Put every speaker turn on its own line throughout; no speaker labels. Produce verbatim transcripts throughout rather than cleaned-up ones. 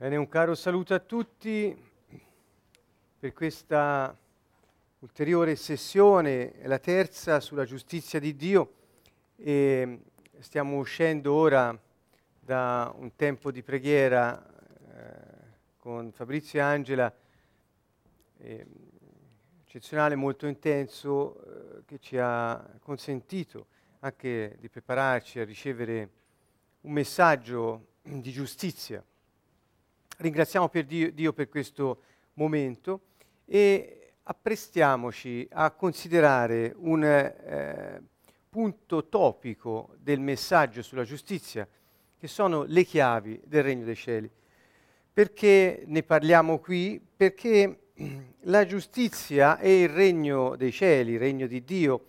Bene, un caro saluto a tutti per questa ulteriore sessione, la terza sulla giustizia di Dio. E stiamo uscendo ora da un tempo di preghiera eh, con Fabrizio e Angela, eh, eccezionale, molto intenso, eh, che ci ha consentito anche di prepararci a ricevere un messaggio di giustizia. Ringraziamo per Dio, Dio per questo momento e apprestiamoci a considerare un eh, punto topico del messaggio sulla giustizia, che sono le chiavi del Regno dei Cieli. Perché ne parliamo qui? Perché la giustizia e il Regno dei Cieli, il Regno di Dio,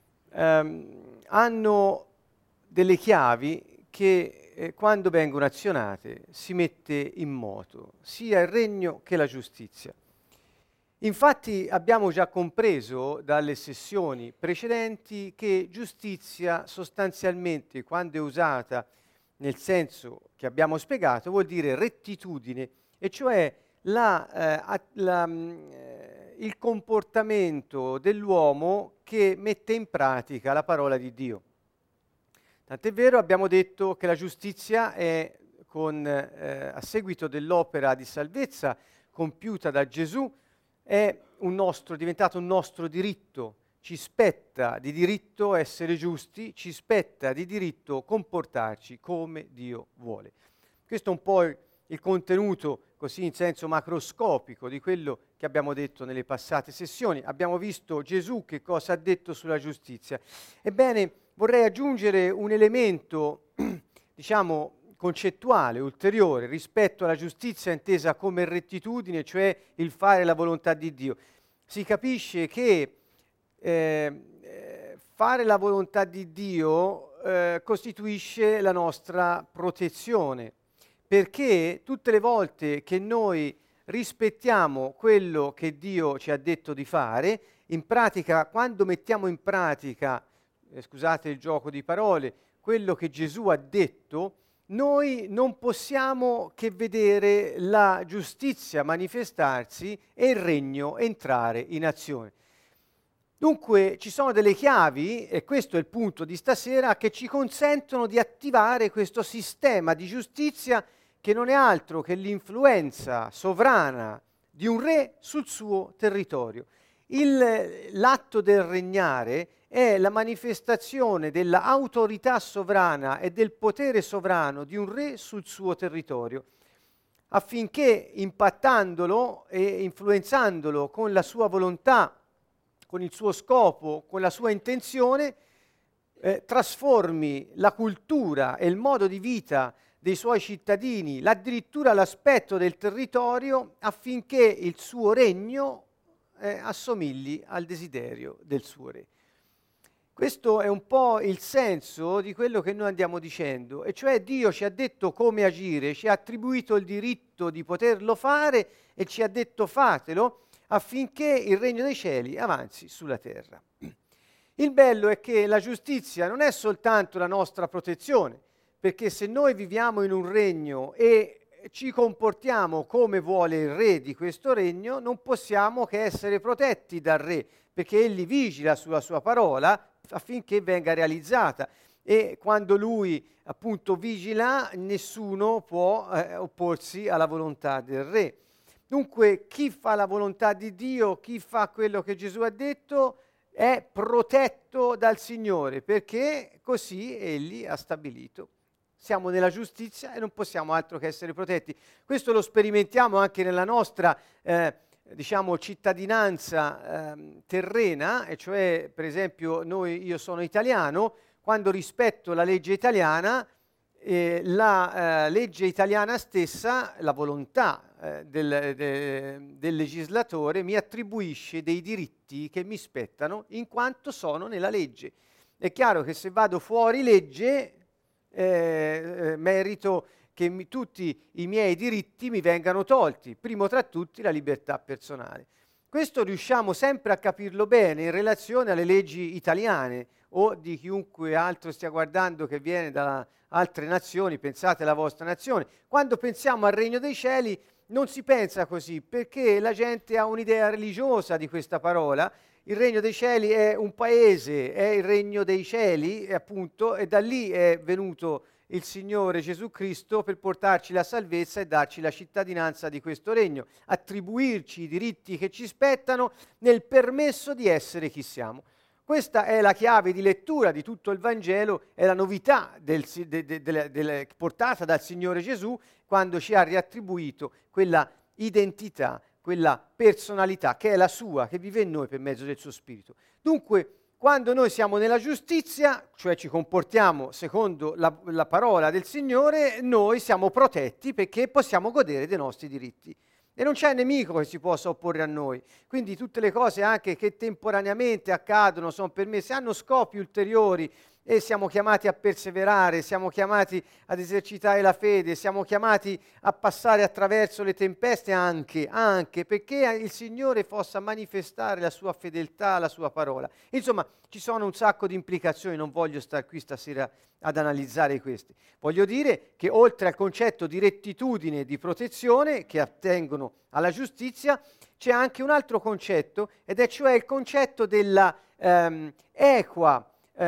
ehm, hanno delle chiavi che eh, quando vengono azionate si mette in moto sia il regno che la giustizia. Infatti abbiamo già compreso dalle sessioni precedenti che giustizia sostanzialmente, quando è usata nel senso che abbiamo spiegato, vuol dire rettitudine, e cioè la, eh, a, la, mh, il comportamento dell'uomo che mette in pratica la parola di Dio. Tant'è vero, abbiamo detto che la giustizia è, con, eh, a seguito dell'opera di salvezza compiuta da Gesù, è un nostro, è diventato un nostro diritto. Ci spetta di diritto essere giusti, ci spetta di diritto comportarci come Dio vuole. Questo è un po' il, il contenuto, così in senso macroscopico, di quello che abbiamo detto nelle passate sessioni. Abbiamo visto Gesù che cosa ha detto sulla giustizia. Ebbene, vorrei aggiungere un elemento, diciamo, concettuale, ulteriore, rispetto alla giustizia intesa come rettitudine, cioè il fare la volontà di Dio. Si capisce che eh, fare la volontà di Dio eh, costituisce la nostra protezione, perché tutte le volte che noi rispettiamo quello che Dio ci ha detto di fare, in pratica, quando mettiamo in pratica Eh, scusate il gioco di parole, quello che Gesù ha detto, noi non possiamo che vedere la giustizia manifestarsi e il regno entrare in azione. Dunque ci sono delle chiavi, e questo è il punto di stasera, che ci consentono di attivare questo sistema di giustizia che non è altro che l'influenza sovrana di un re sul suo territorio. Il, l'atto del regnare è la manifestazione dell'autorità sovrana e del potere sovrano di un re sul suo territorio, affinché impattandolo e influenzandolo con la sua volontà, con il suo scopo, con la sua intenzione, eh, trasformi la cultura e il modo di vita dei suoi cittadini, addirittura l'aspetto del territorio, affinché il suo regno eh, assomigli al desiderio del suo re. Questo è un po' il senso di quello che noi andiamo dicendo, e cioè Dio ci ha detto come agire, ci ha attribuito il diritto di poterlo fare e ci ha detto fatelo affinché il regno dei cieli avanzi sulla terra. Il bello è che la giustizia non è soltanto la nostra protezione, perché se noi viviamo in un regno e ci comportiamo come vuole il re di questo regno, non possiamo che essere protetti dal re, perché egli vigila sulla sua parola affinché venga realizzata, e quando lui appunto vigila, nessuno può eh, opporsi alla volontà del re. Dunque chi fa la volontà di Dio, chi fa quello che Gesù ha detto, è protetto dal Signore, perché così egli ha stabilito. Siamo nella giustizia e non possiamo altro che essere protetti. Questo lo sperimentiamo anche nella nostra eh, diciamo cittadinanza eh, terrena, e cioè per esempio noi, io sono italiano, quando rispetto la legge italiana, eh, la eh, legge italiana stessa, la volontà eh, del, de, del legislatore mi attribuisce dei diritti che mi spettano in quanto sono nella legge. È chiaro che se vado fuori legge eh, eh, merito che mi, tutti i miei diritti mi vengano tolti, primo tra tutti la libertà personale. Questo riusciamo sempre a capirlo bene in relazione alle leggi italiane o di chiunque altro stia guardando che viene da altre nazioni. Pensate alla vostra nazione. Quando pensiamo al regno dei cieli non si pensa così, perché la gente ha un'idea religiosa di questa parola. Il regno dei cieli è un paese, è il regno dei cieli, e appunto, e da lì è venuto il Signore Gesù Cristo per portarci la salvezza e darci la cittadinanza di questo regno, attribuirci i diritti che ci spettano nel permesso di essere chi siamo. Questa è la chiave di lettura di tutto il Vangelo, è la novità del, de, de, de, de, portata dal Signore Gesù quando ci ha riattribuito quella identità, quella personalità che è la sua, che vive in noi per mezzo del suo Spirito. Dunque, quando noi siamo nella giustizia, cioè ci comportiamo secondo la, la parola del Signore, noi siamo protetti perché possiamo godere dei nostri diritti. E non c'è nemico che si possa opporre a noi. Quindi tutte le cose anche che temporaneamente accadono, sono permesse, hanno scopi ulteriori e siamo chiamati a perseverare, siamo chiamati ad esercitare la fede, siamo chiamati a passare attraverso le tempeste anche, anche perché il Signore possa manifestare la sua fedeltà, la sua parola. Insomma, ci sono un sacco di implicazioni, non voglio stare qui stasera ad analizzare questi. Voglio dire che oltre al concetto di rettitudine e di protezione che attengono alla giustizia, c'è anche un altro concetto, ed è cioè il concetto della ehm, equa eh,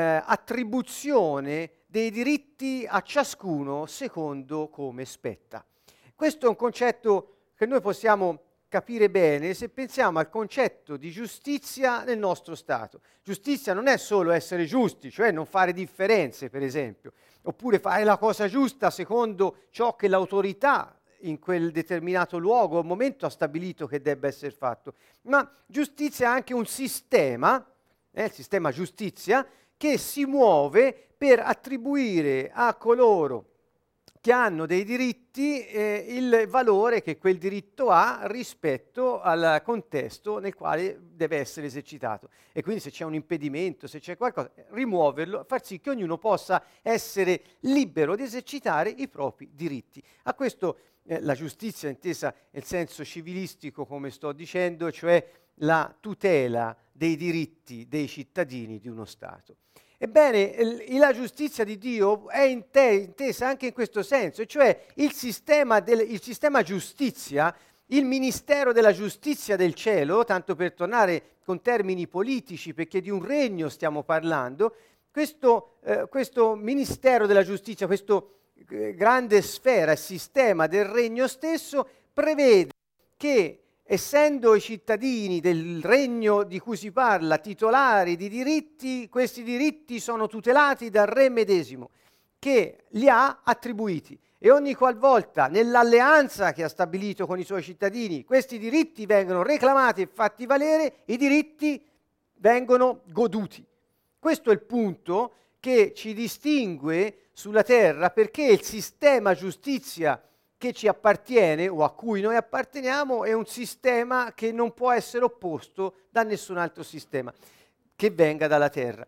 attribuzione dei diritti a ciascuno secondo come spetta. Questo è un concetto che noi possiamo capire bene se pensiamo al concetto di giustizia nel nostro Stato. Giustizia non è solo essere giusti, cioè non fare differenze, per esempio, oppure fare la cosa giusta secondo ciò che l'autorità in quel determinato luogo o momento ha stabilito che debba essere fatto. Ma giustizia è anche un sistema, eh, il sistema giustizia, che si muove per attribuire a coloro che hanno dei diritti eh, il valore che quel diritto ha rispetto al contesto nel quale deve essere esercitato. E quindi se c'è un impedimento, se c'è qualcosa, rimuoverlo, far sì che ognuno possa essere libero di esercitare i propri diritti. A questo eh, la giustizia intesa nel senso civilistico, come sto dicendo, cioè la tutela dei diritti dei cittadini di uno Stato. Ebbene, la giustizia di Dio è intesa anche in questo senso, cioè il sistema, del, il sistema giustizia, il ministero della giustizia del cielo, tanto per tornare con termini politici, perché di un regno stiamo parlando, questo, eh, questo ministero della giustizia, questo eh, grande sfera, il sistema del regno stesso, prevede che essendo i cittadini del regno di cui si parla titolari di diritti, questi diritti sono tutelati dal re medesimo, che li ha attribuiti. E ogni qualvolta nell'alleanza che ha stabilito con i suoi cittadini questi diritti vengono reclamati e fatti valere, i diritti vengono goduti. Questo è il punto che ci distingue sulla terra, perché il sistema giustizia che ci appartiene o a cui noi apparteniamo è un sistema che non può essere opposto da nessun altro sistema che venga dalla terra.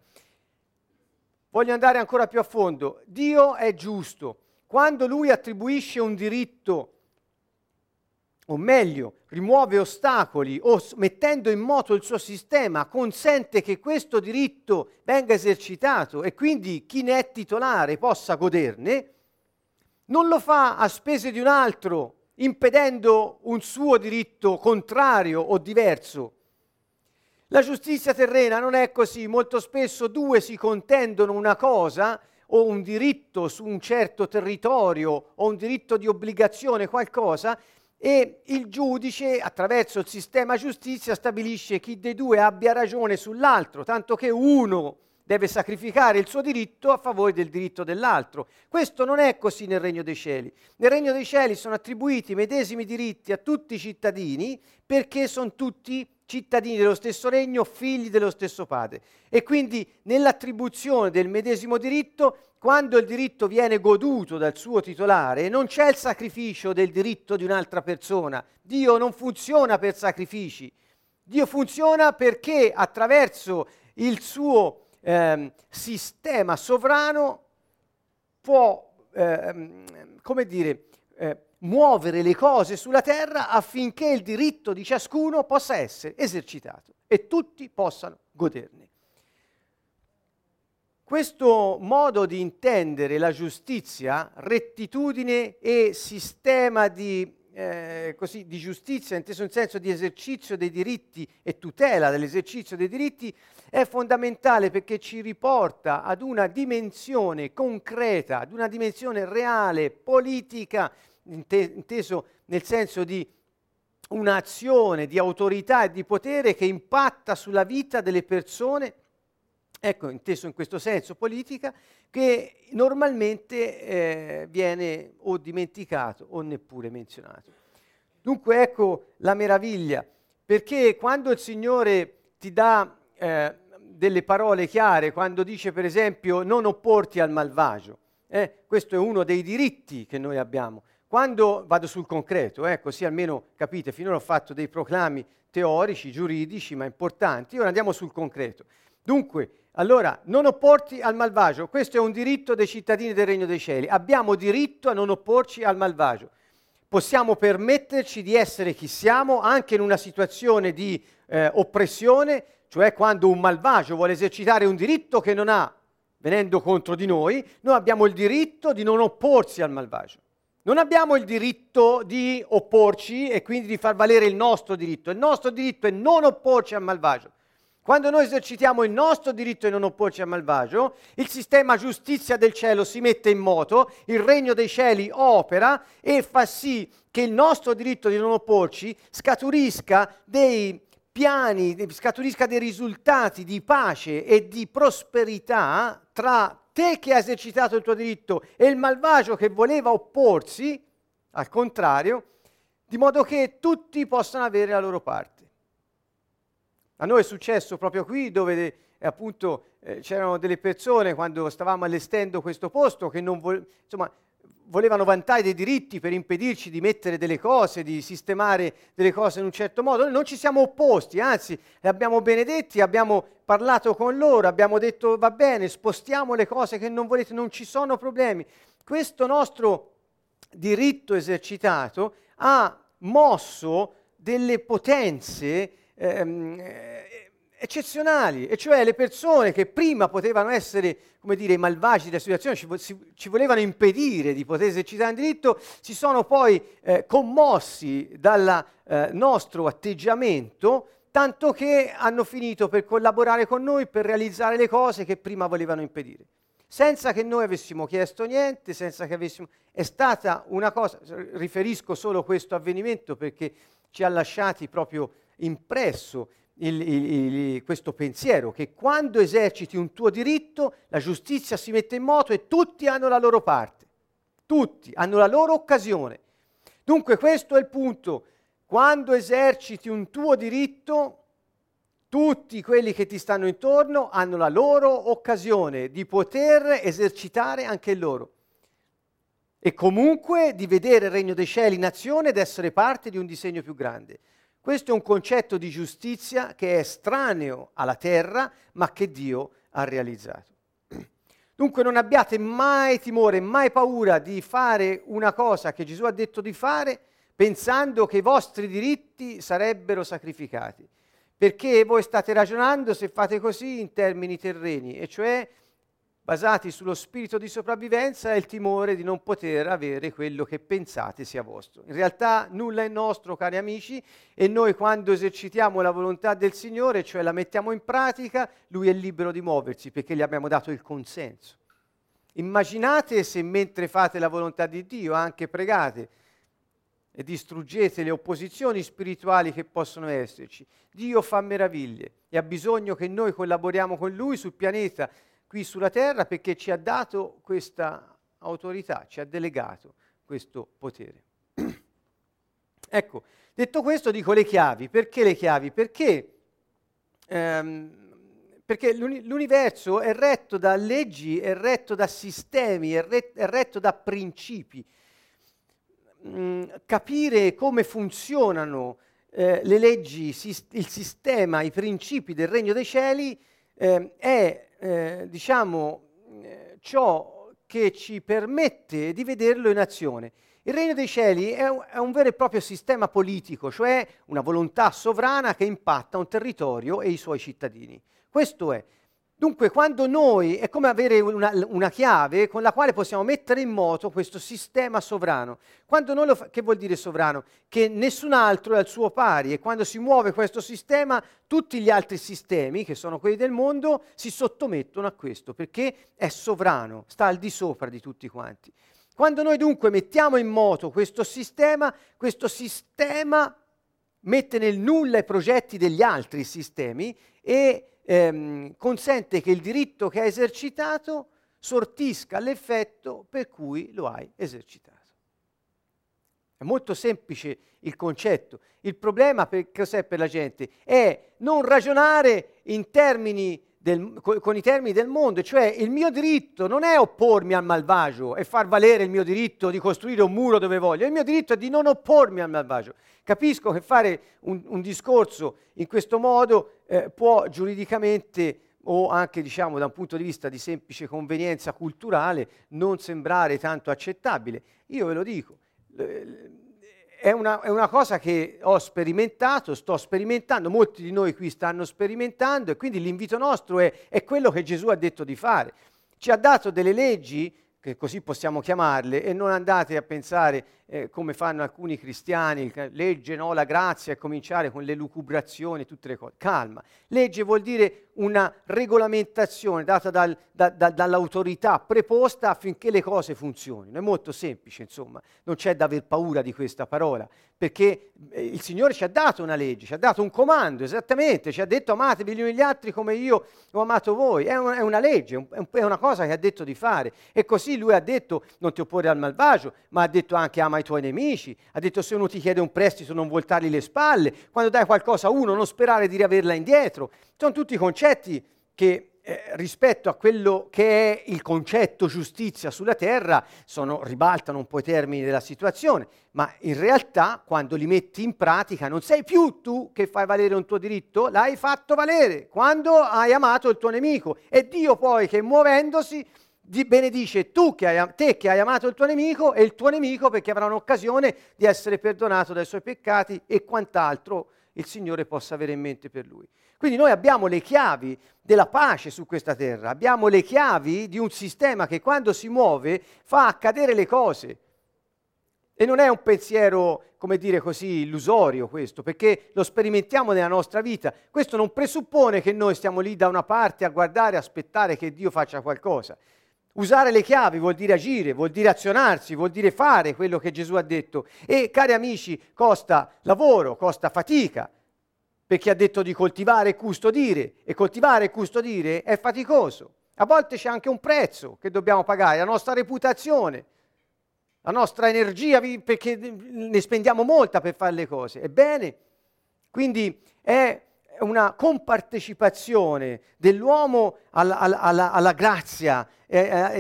Voglio andare ancora più a fondo. Dio è giusto. Quando Lui attribuisce un diritto, o meglio, rimuove ostacoli o mettendo in moto il suo sistema, consente che questo diritto venga esercitato e quindi chi ne è titolare possa goderne, non lo fa a spese di un altro, impedendo un suo diritto contrario o diverso. La giustizia terrena non è così, molto spesso due si contendono una cosa o un diritto su un certo territorio o un diritto di obbligazione, qualcosa, e il giudice attraverso il sistema giustizia stabilisce chi dei due abbia ragione sull'altro, tanto che uno deve sacrificare il suo diritto a favore del diritto dell'altro. Questo non è così nel Regno dei Cieli. Nel Regno dei Cieli sono attribuiti i medesimi diritti a tutti i cittadini perché sono tutti cittadini dello stesso regno, figli dello stesso padre. E quindi nell'attribuzione del medesimo diritto, quando il diritto viene goduto dal suo titolare, non c'è il sacrificio del diritto di un'altra persona. Dio non funziona per sacrifici. Dio funziona perché attraverso il suo Eh, sistema sovrano può, eh, come dire, eh, muovere le cose sulla terra affinché il diritto di ciascuno possa essere esercitato e tutti possano goderne. Questo modo di intendere la giustizia, rettitudine e sistema di, eh, così, di giustizia, inteso in senso di esercizio dei diritti e tutela dell'esercizio dei diritti, è fondamentale perché ci riporta ad una dimensione concreta, ad una dimensione reale, politica, inte- inteso nel senso di un'azione di autorità e di potere che impatta sulla vita delle persone. Ecco, inteso in questo senso politica, che normalmente eh, viene o dimenticato o neppure menzionato. Dunque ecco la meraviglia, perché quando il Signore ti dà eh, delle parole chiare, quando dice per esempio non opporti al malvagio, eh, questo è uno dei diritti che noi abbiamo. Quando vado sul concreto, eh, così almeno capite, finora ho fatto dei proclami teorici, giuridici, ma importanti, ora andiamo sul concreto. Dunque, allora, non opporti al malvagio, questo è un diritto dei cittadini del Regno dei Cieli. Abbiamo diritto a non opporci al malvagio. Possiamo permetterci di essere chi siamo anche in una situazione di eh, oppressione, cioè quando un malvagio vuole esercitare un diritto che non ha, venendo contro di noi, noi abbiamo il diritto di non opporsi al malvagio. Non abbiamo il diritto di opporci e quindi di far valere il nostro diritto. Il nostro diritto è non opporci al malvagio. Quando noi esercitiamo il nostro diritto di non opporci al malvagio, il sistema giustizia del cielo si mette in moto, il regno dei cieli opera e fa sì che il nostro diritto di non opporci scaturisca dei piani, scaturisca dei risultati di pace e di prosperità tra te che hai esercitato il tuo diritto e il malvagio che voleva opporsi, al contrario, di modo che tutti possano avere la loro parte. A noi è successo proprio qui dove eh, appunto eh, c'erano delle persone quando stavamo allestendo questo posto che non vo- insomma, volevano vantare dei diritti per impedirci di mettere delle cose, di sistemare delle cose in un certo modo. Noi non ci siamo opposti, anzi li abbiamo benedetti, abbiamo parlato con loro, abbiamo detto va bene, spostiamo le cose che non volete, non ci sono problemi. Questo nostro diritto esercitato ha mosso delle potenze Ehm, eh, eccezionali, e cioè le persone che prima potevano essere, come dire, i malvagi della situazione, ci, vo- si, ci volevano impedire di poter esercitare il diritto, si sono poi eh, commossi dal eh, nostro atteggiamento, tanto che hanno finito per collaborare con noi per realizzare le cose che prima volevano impedire. Senza che noi avessimo chiesto niente, senza che avessimo... È stata una cosa, riferisco solo questo avvenimento perché ci ha lasciati proprio impresso il, il, il, questo pensiero che quando eserciti un tuo diritto la giustizia si mette in moto e tutti hanno la loro parte, tutti hanno la loro occasione. Dunque questo è il punto: quando eserciti un tuo diritto tutti quelli che ti stanno intorno hanno la loro occasione di poter esercitare anche loro e comunque di vedere il Regno dei Cieli in azione ed essere parte di un disegno più grande. Questo è un concetto di giustizia che è estraneo alla terra, ma che Dio ha realizzato. Dunque non abbiate mai timore, mai paura di fare una cosa che Gesù ha detto di fare, pensando che i vostri diritti sarebbero sacrificati. Perché voi state ragionando, se fate così, in termini terreni, e cioè basati sullo spirito di sopravvivenza e il timore di non poter avere quello che pensate sia vostro. In realtà nulla è nostro, cari amici, e noi quando esercitiamo la volontà del Signore, cioè la mettiamo in pratica, Lui è libero di muoversi perché gli abbiamo dato il consenso. Immaginate se mentre fate la volontà di Dio anche pregate e distruggete le opposizioni spirituali che possono esserci. Dio fa meraviglie e ha bisogno che noi collaboriamo con Lui sul pianeta, qui sulla terra, perché ci ha dato questa autorità, ci ha delegato questo potere. Ecco, detto questo dico le chiavi. Perché le chiavi? Perché, ehm, perché l'uni- l'universo è retto da leggi, è retto da sistemi, è, re- è retto da principi. Mm, capire come funzionano eh, le leggi, sis- il sistema, i principi del Regno dei Cieli eh, è Eh, diciamo, eh, ciò che ci permette di vederlo in azione. Il regno dei cieli è un, è un vero e proprio sistema politico, cioè una volontà sovrana che impatta un territorio e i suoi cittadini. Questo è. Dunque, quando noi, è come avere una, una chiave con la quale possiamo mettere in moto questo sistema sovrano. Quando noi lo fa- che vuol dire sovrano? Che nessun altro è al suo pari, e quando si muove questo sistema, tutti gli altri sistemi, che sono quelli del mondo, si sottomettono a questo, perché è sovrano, sta al di sopra di tutti quanti. Quando noi dunque mettiamo in moto questo sistema, questo sistema mette nel nulla i progetti degli altri sistemi e Ehm, consente che il diritto che hai esercitato sortisca l'effetto per cui lo hai esercitato. È molto semplice il concetto. Il problema per, cos'è per la gente? È non ragionare in termini del, con, con i termini del mondo, cioè il mio diritto non è oppormi al malvagio e far valere il mio diritto di costruire un muro dove voglio, il mio diritto è di non oppormi al malvagio. Capisco che fare un, un discorso in questo modo eh, può giuridicamente o anche diciamo da un punto di vista di semplice convenienza culturale non sembrare tanto accettabile. Io ve lo dico, è una, è una cosa che ho sperimentato, sto sperimentando, molti di noi qui stanno sperimentando, e quindi l'invito nostro è, è quello che Gesù ha detto di fare. Ci ha dato delle leggi, che così possiamo chiamarle, e non andate a pensare eh, come fanno alcuni cristiani, legge, no, la grazia, e cominciare con le lucubrazioni, tutte le cose. Calma. Legge vuol dire una regolamentazione data dal, da, da, dall'autorità preposta affinché le cose funzionino. È molto semplice, insomma, non c'è da aver paura di questa parola, perché eh, il Signore ci ha dato una legge, ci ha dato un comando, esattamente, ci ha detto amatevi gli uni gli altri come io ho amato voi. È, un, è una legge, è, un, è una cosa che ha detto di fare. E così Lui ha detto non ti opporre al malvagio, ma ha detto anche ama i tuoi nemici, ha detto se uno ti chiede un prestito non voltargli le spalle, quando dai qualcosa a uno non sperare di riaverla indietro. Sono tutti concetti che eh, rispetto a quello che è il concetto giustizia sulla terra sono, ribaltano un po' i termini della situazione, ma in realtà quando li metti in pratica non sei più tu che fai valere un tuo diritto, l'hai fatto valere quando hai amato il tuo nemico, e Dio poi che muovendosi di benedice tu che hai, te che hai amato il tuo nemico e il tuo nemico, perché avrà un'occasione di essere perdonato dai suoi peccati e quant'altro il Signore possa avere in mente per lui. Quindi noi abbiamo le chiavi della pace su questa terra, abbiamo le chiavi di un sistema che quando si muove fa accadere le cose. E non è un pensiero, come dire così, illusorio questo, perché lo sperimentiamo nella nostra vita. Questo non presuppone che noi stiamo lì da una parte a guardare, aspettare che Dio faccia qualcosa. Usare le chiavi vuol dire agire, vuol dire azionarsi, vuol dire fare quello che Gesù ha detto. E, cari amici, costa lavoro, costa fatica, perché ha detto di coltivare e custodire, e coltivare e custodire è faticoso. A volte c'è anche un prezzo che dobbiamo pagare, la nostra reputazione, la nostra energia, perché ne spendiamo molta per fare le cose. Ebbene, quindi è una compartecipazione dell'uomo alla, alla, alla grazia e,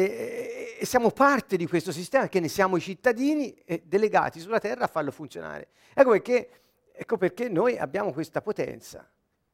e, e siamo parte di questo sistema, che ne siamo i cittadini e delegati sulla terra a farlo funzionare. Ecco perché, ecco perché noi abbiamo questa potenza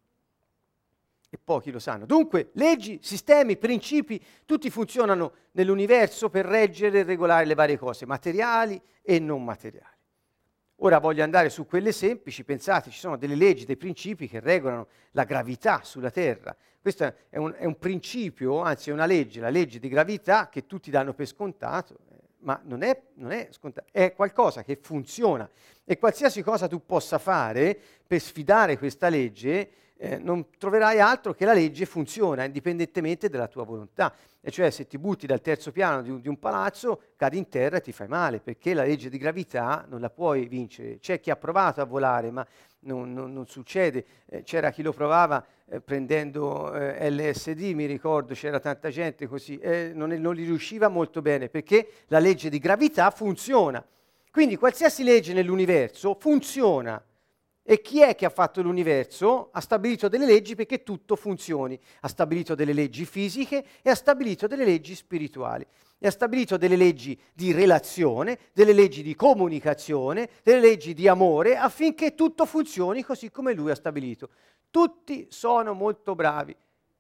e pochi lo sanno. Dunque, leggi, sistemi, principi, tutti funzionano nell'universo per reggere e regolare le varie cose, materiali e non materiali. Ora voglio andare su quelle semplici. Pensate, ci sono delle leggi, dei principi che regolano la gravità sulla Terra. Questo è un, è un principio, anzi è una legge, la legge di gravità che tutti danno per scontato, eh, ma non è, non è scontato, è qualcosa che funziona. E qualsiasi cosa tu possa fare per sfidare questa legge, eh, non troverai altro che la legge funziona indipendentemente dalla tua volontà. E cioè se ti butti dal terzo piano di un, di un palazzo, cadi in terra e ti fai male, perché la legge di gravità non la puoi vincere. C'è chi ha provato a volare, ma non, non, non succede. Eh, c'era chi lo provava eh, prendendo eh, L S D, mi ricordo, c'era tanta gente così, eh, non, non gli riusciva molto bene, perché la legge di gravità funziona. Quindi qualsiasi legge nell'universo funziona. E chi è che ha fatto l'universo? Ha stabilito delle leggi perché tutto funzioni. Ha stabilito delle leggi fisiche e ha stabilito delle leggi spirituali. E ha stabilito delle leggi di relazione, delle leggi di comunicazione, delle leggi di amore, affinché tutto funzioni così come lui ha stabilito. Tutti sono molto bravi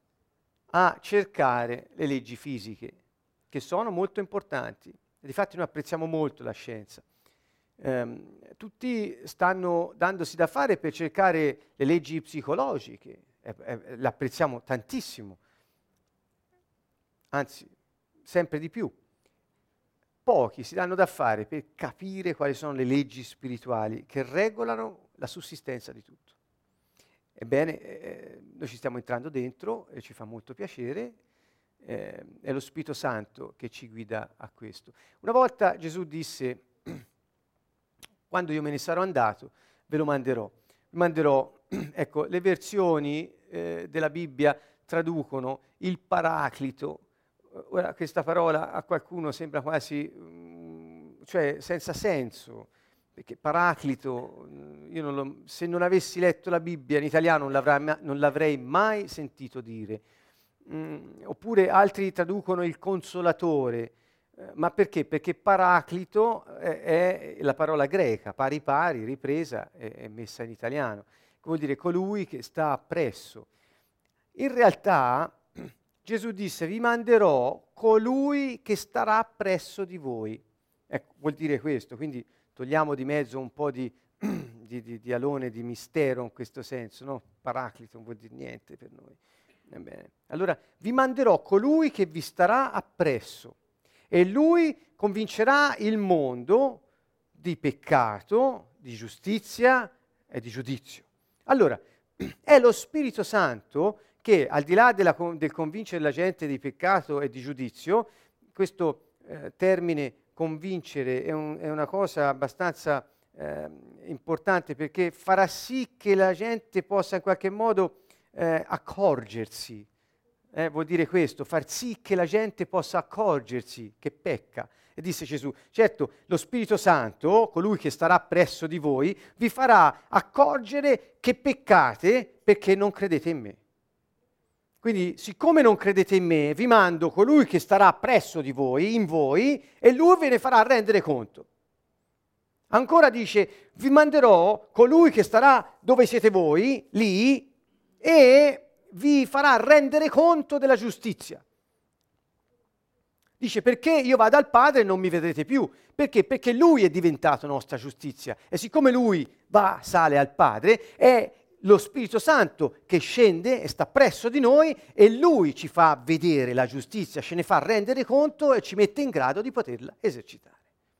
a cercare le leggi fisiche, che sono molto importanti. E difatti noi apprezziamo molto la scienza. ehm, tutti stanno dandosi da fare per cercare le leggi psicologiche, eh, eh, le apprezziamo tantissimo, anzi, sempre di più. Pochi si danno da fare per capire quali sono le leggi spirituali che regolano la sussistenza di tutto. Ebbene, eh, noi ci stiamo entrando dentro e ci fa molto piacere, eh, è lo Spirito Santo che ci guida a questo. Una volta Gesù disse, quando io me ne sarò andato, ve lo manderò. Vi manderò, ecco, le versioni eh, della Bibbia traducono il Paraclito. Ora, questa parola a qualcuno sembra quasi, mm, cioè, senza senso, perché Paraclito, io non lo, se non avessi letto la Bibbia in italiano non, non l'avrei mai sentito dire. Mm, oppure altri traducono il Consolatore. Eh, ma perché? Perché Paraclito è, è la parola greca, pari pari, ripresa e, è messa in italiano. Vuol dire colui che sta appresso. In realtà Gesù disse, vi manderò colui che starà presso di voi. Ecco, vuol dire questo, quindi togliamo di mezzo un po' di, di, di, di alone, di mistero in questo senso, no? Paraclito non vuol dire niente per noi. Ebbene. Allora, vi manderò colui che vi starà appresso e lui convincerà il mondo di peccato, di giustizia e di giudizio. Allora, è lo Spirito Santo che, al di là della, del convincere la gente di peccato e di giudizio, questo eh, termine convincere è, un, è una cosa abbastanza eh, importante, perché farà sì che la gente possa in qualche modo eh, accorgersi. Eh, vuol dire questo, far sì che la gente possa accorgersi che pecca. E disse Gesù, certo, lo Spirito Santo, colui che starà presso di voi, vi farà accorgere che peccate perché non credete in me. Quindi, siccome non credete in me, vi mando colui che starà presso di voi, in voi, e lui ve ne farà rendere conto. Ancora dice, vi manderò colui che starà dove siete voi, lì, e vi farà rendere conto della giustizia. Dice, perché io vado al Padre e non mi vedrete più. Perché? Perché Lui è diventato nostra giustizia. E siccome Lui va, sale al Padre, è lo Spirito Santo che scende e sta presso di noi e Lui ci fa vedere la giustizia, ce ne fa rendere conto e ci mette in grado di poterla esercitare.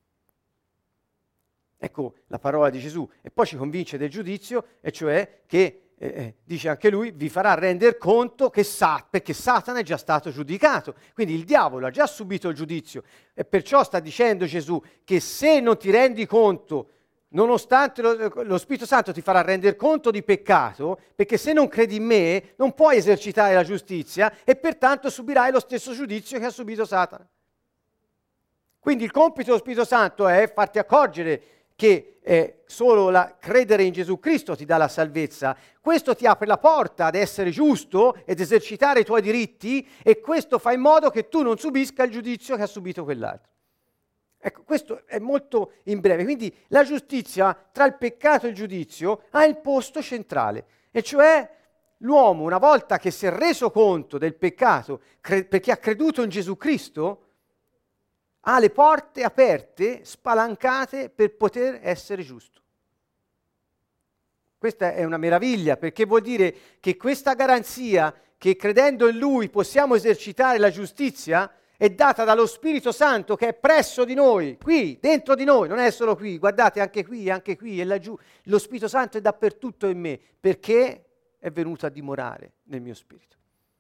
Ecco la parola di Gesù. E poi ci convince del giudizio, e cioè che Eh, dice anche lui, vi farà rendere conto che sa, perché Satana è già stato giudicato, quindi il diavolo ha già subito il giudizio, e perciò sta dicendo Gesù che se non ti rendi conto, nonostante lo, lo Spirito Santo ti farà rendere conto di peccato, perché se non credi in me non puoi esercitare la giustizia e pertanto subirai lo stesso giudizio che ha subito Satana. Quindi il compito dello Spirito Santo è farti accorgere che eh, solo la, credere in Gesù Cristo ti dà la salvezza. Questo ti apre la porta ad essere giusto ed esercitare i tuoi diritti, e questo fa in modo che tu non subisca il giudizio che ha subito quell'altro. Ecco, questo è molto in breve. Quindi la giustizia tra il peccato e il giudizio ha il posto centrale, e cioè l'uomo, una volta che si è reso conto del peccato cre- perché ha creduto in Gesù Cristo, ha le porte aperte, spalancate per poter essere giusto. Questa è una meraviglia, perché vuol dire che questa garanzia che credendo in Lui possiamo esercitare la giustizia è data dallo Spirito Santo che è presso di noi, qui, dentro di noi, non è solo qui, guardate anche qui, anche qui e laggiù. Lo Spirito Santo è dappertutto in me, perché è venuto a dimorare nel mio spirito.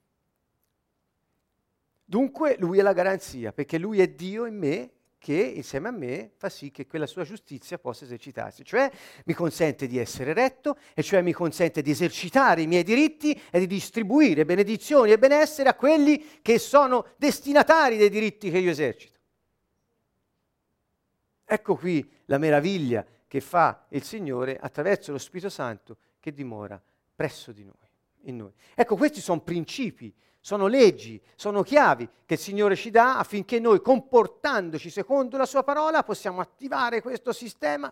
Dunque Lui è la garanzia, perché Lui è Dio in me, che insieme a me fa sì che quella sua giustizia possa esercitarsi, cioè mi consente di essere retto, e cioè mi consente di esercitare i miei diritti e di distribuire benedizioni e benessere a quelli che sono destinatari dei diritti che io esercito. Ecco qui la meraviglia che fa il Signore attraverso lo Spirito Santo che dimora presso di noi, in noi. Ecco, questi sono principi, sono leggi, sono chiavi che il Signore ci dà affinché noi, comportandoci secondo la sua parola, possiamo attivare questo sistema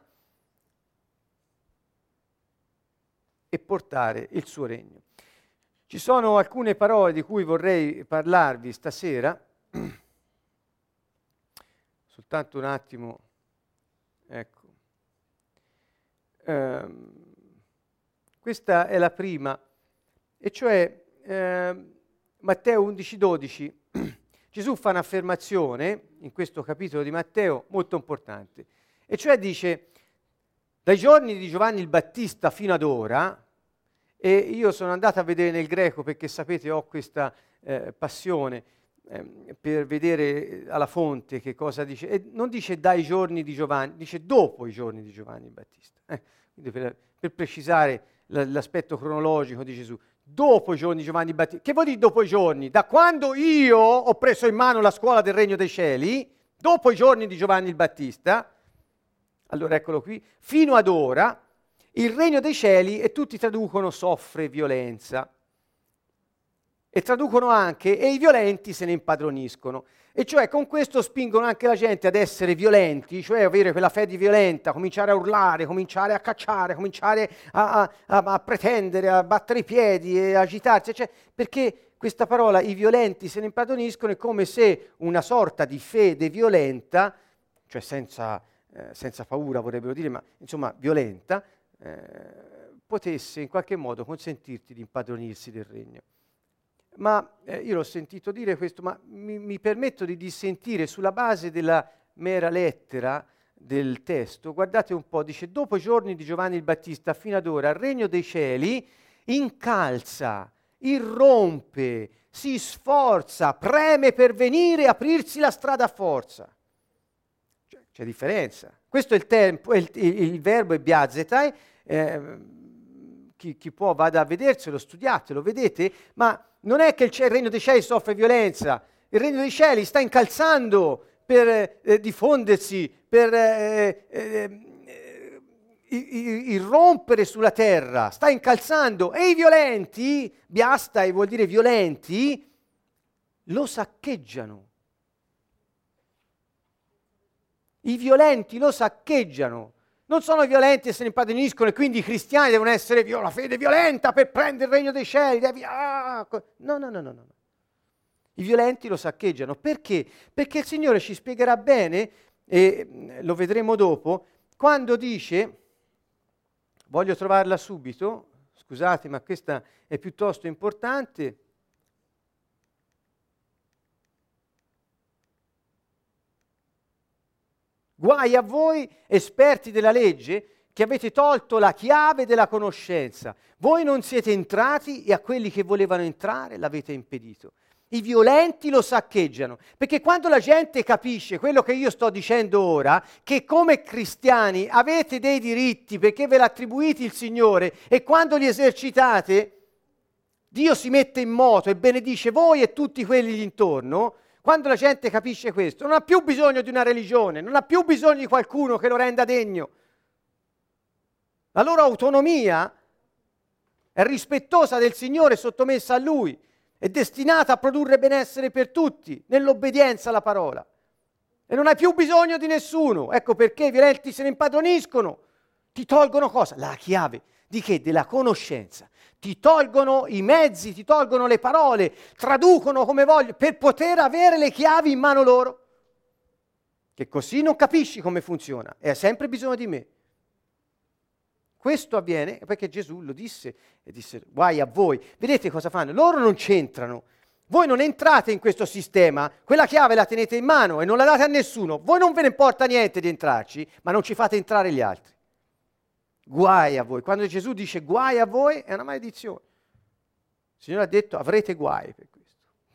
e portare il suo regno. Ci sono alcune parole di cui vorrei parlarvi stasera, soltanto un attimo, ecco, eh, questa è la prima, e cioè eh, Matteo undici dodici. Gesù fa un'affermazione in questo capitolo di Matteo molto importante, e cioè dice: dai giorni di Giovanni il Battista fino ad ora, e io sono andato a vedere nel greco perché sapete ho questa eh, passione eh, per vedere alla fonte che cosa dice, e non dice dai giorni di Giovanni, dice dopo i giorni di Giovanni il Battista, eh, quindi per, per precisare l- l'aspetto cronologico di Gesù. Dopo i giorni di Giovanni Battista. Che vuol dire dopo i giorni? Da quando io ho preso in mano la scuola del Regno dei Cieli, dopo i giorni di Giovanni il Battista, allora eccolo qui, fino ad ora, il Regno dei Cieli, e tutti traducono soffre violenza, e traducono anche e i violenti se ne impadroniscono. E cioè con questo spingono anche la gente ad essere violenti, cioè avere quella fede violenta, cominciare a urlare, cominciare a cacciare, cominciare a, a, a, a pretendere, a battere i piedi e agitarsi, cioè, perché questa parola, i violenti se ne impadroniscono, è come se una sorta di fede violenta, cioè senza, eh, senza paura vorrebbero dire, ma insomma violenta, eh, potesse in qualche modo consentirti di impadronirsi del regno. Ma eh, io l'ho sentito dire questo, ma mi, mi permetto di dissentire sulla base della mera lettera del testo. Guardate un po', dice: dopo i giorni di Giovanni il Battista fino ad ora il regno dei cieli incalza, irrompe, si sforza, preme per venire e aprirsi la strada a forza. Cioè, c'è differenza. Questo è il, tempo, è il, il, il verbo è biazetai, eh, chi, chi può vada a vederselo, studiatelo, vedete, ma non è che il, il regno dei cieli soffre violenza, il regno dei cieli sta incalzando per eh, diffondersi, per eh, eh, eh, irrompere sulla terra, sta incalzando, e i violenti, biastai vuol dire violenti, lo saccheggiano. I violenti lo saccheggiano. Non sono violenti e se ne impadroniscono, e quindi i cristiani devono essere vio- la fede violenta per prendere il regno dei cieli. Devi, ah, no, no, no, no, no. I violenti lo saccheggiano. Perché? Perché il Signore ci spiegherà bene, e lo vedremo dopo, quando dice, voglio trovarla subito, scusate ma questa è piuttosto importante, guai a voi, esperti della legge, che avete tolto la chiave della conoscenza. Voi non siete entrati e a quelli che volevano entrare l'avete impedito. I violenti lo saccheggiano, perché quando la gente capisce quello che io sto dicendo ora, che come cristiani avete dei diritti perché ve l'ha attribuiti il Signore, e quando li esercitate, Dio si mette in moto e benedice voi e tutti quelli intorno. Quando la gente capisce questo, non ha più bisogno di una religione, non ha più bisogno di qualcuno che lo renda degno. La loro autonomia è rispettosa del Signore, sottomessa a Lui, è destinata a produrre benessere per tutti, nell'obbedienza alla parola. E non hai più bisogno di nessuno. Ecco perché i violenti se ne impadroniscono. Ti tolgono cosa? La chiave. Di che? Della conoscenza. Ti tolgono i mezzi, ti tolgono le parole, traducono come vogliono, per poter avere le chiavi in mano loro. Che così non capisci come funziona, e hai sempre bisogno di me. Questo avviene perché Gesù lo disse, e disse: guai a voi. Vedete cosa fanno? Loro non c'entrano. Voi non entrate in questo sistema, quella chiave la tenete in mano e non la date a nessuno. Voi non ve ne importa niente di entrarci, ma non ci fate entrare gli altri. Guai a voi. Quando Gesù dice guai a voi, è una maledizione. Il Signore ha detto: avrete guai per questo.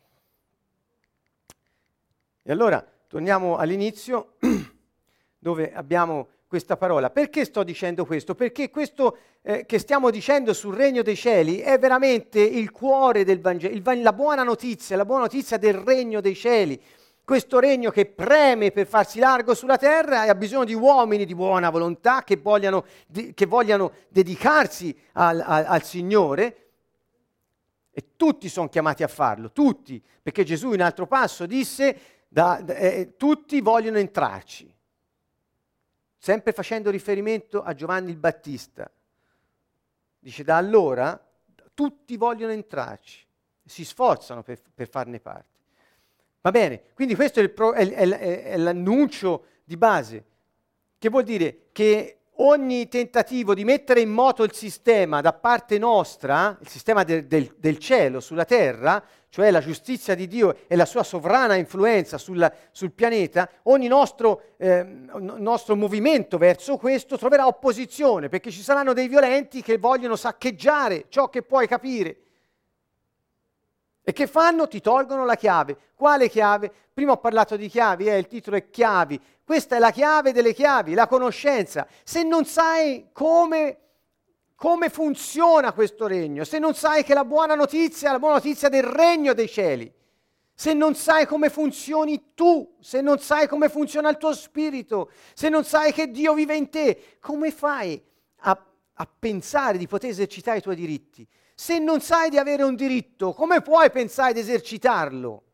E allora torniamo all'inizio, dove abbiamo questa parola. Perché sto dicendo questo? Perché questo eh, che stiamo dicendo sul regno dei cieli è veramente il cuore del Vangelo, il, la buona notizia, la buona notizia del regno dei cieli. Questo regno che preme per farsi largo sulla terra e ha bisogno di uomini di buona volontà che vogliano, di, che vogliano dedicarsi al, al, al Signore, e tutti sono chiamati a farlo, tutti, perché Gesù in altro passo disse da, da, eh, tutti vogliono entrarci, sempre facendo riferimento a Giovanni il Battista. Dice: da allora tutti vogliono entrarci, si sforzano per, per farne parte. Va bene, quindi questo è, il pro, è, è, è l'annuncio di base, che vuol dire che ogni tentativo di mettere in moto il sistema da parte nostra, il sistema de- del, del cielo sulla terra, cioè la giustizia di Dio e la sua sovrana influenza sul, sul pianeta, ogni nostro, eh, nostro movimento verso questo troverà opposizione, perché ci saranno dei violenti che vogliono saccheggiare ciò che puoi capire. E che fanno? Ti tolgono la chiave. Quale chiave? Prima ho parlato di chiavi, eh, il titolo è Chiavi. Questa è la chiave delle chiavi, la conoscenza. Se non sai come, come funziona questo regno, se non sai che la buona notizia è la buona notizia del regno dei cieli, se non sai come funzioni tu, se non sai come funziona il tuo spirito, se non sai che Dio vive in te, come fai a, a pensare di poter esercitare i tuoi diritti? Se non sai di avere un diritto, come puoi pensare di esercitarlo?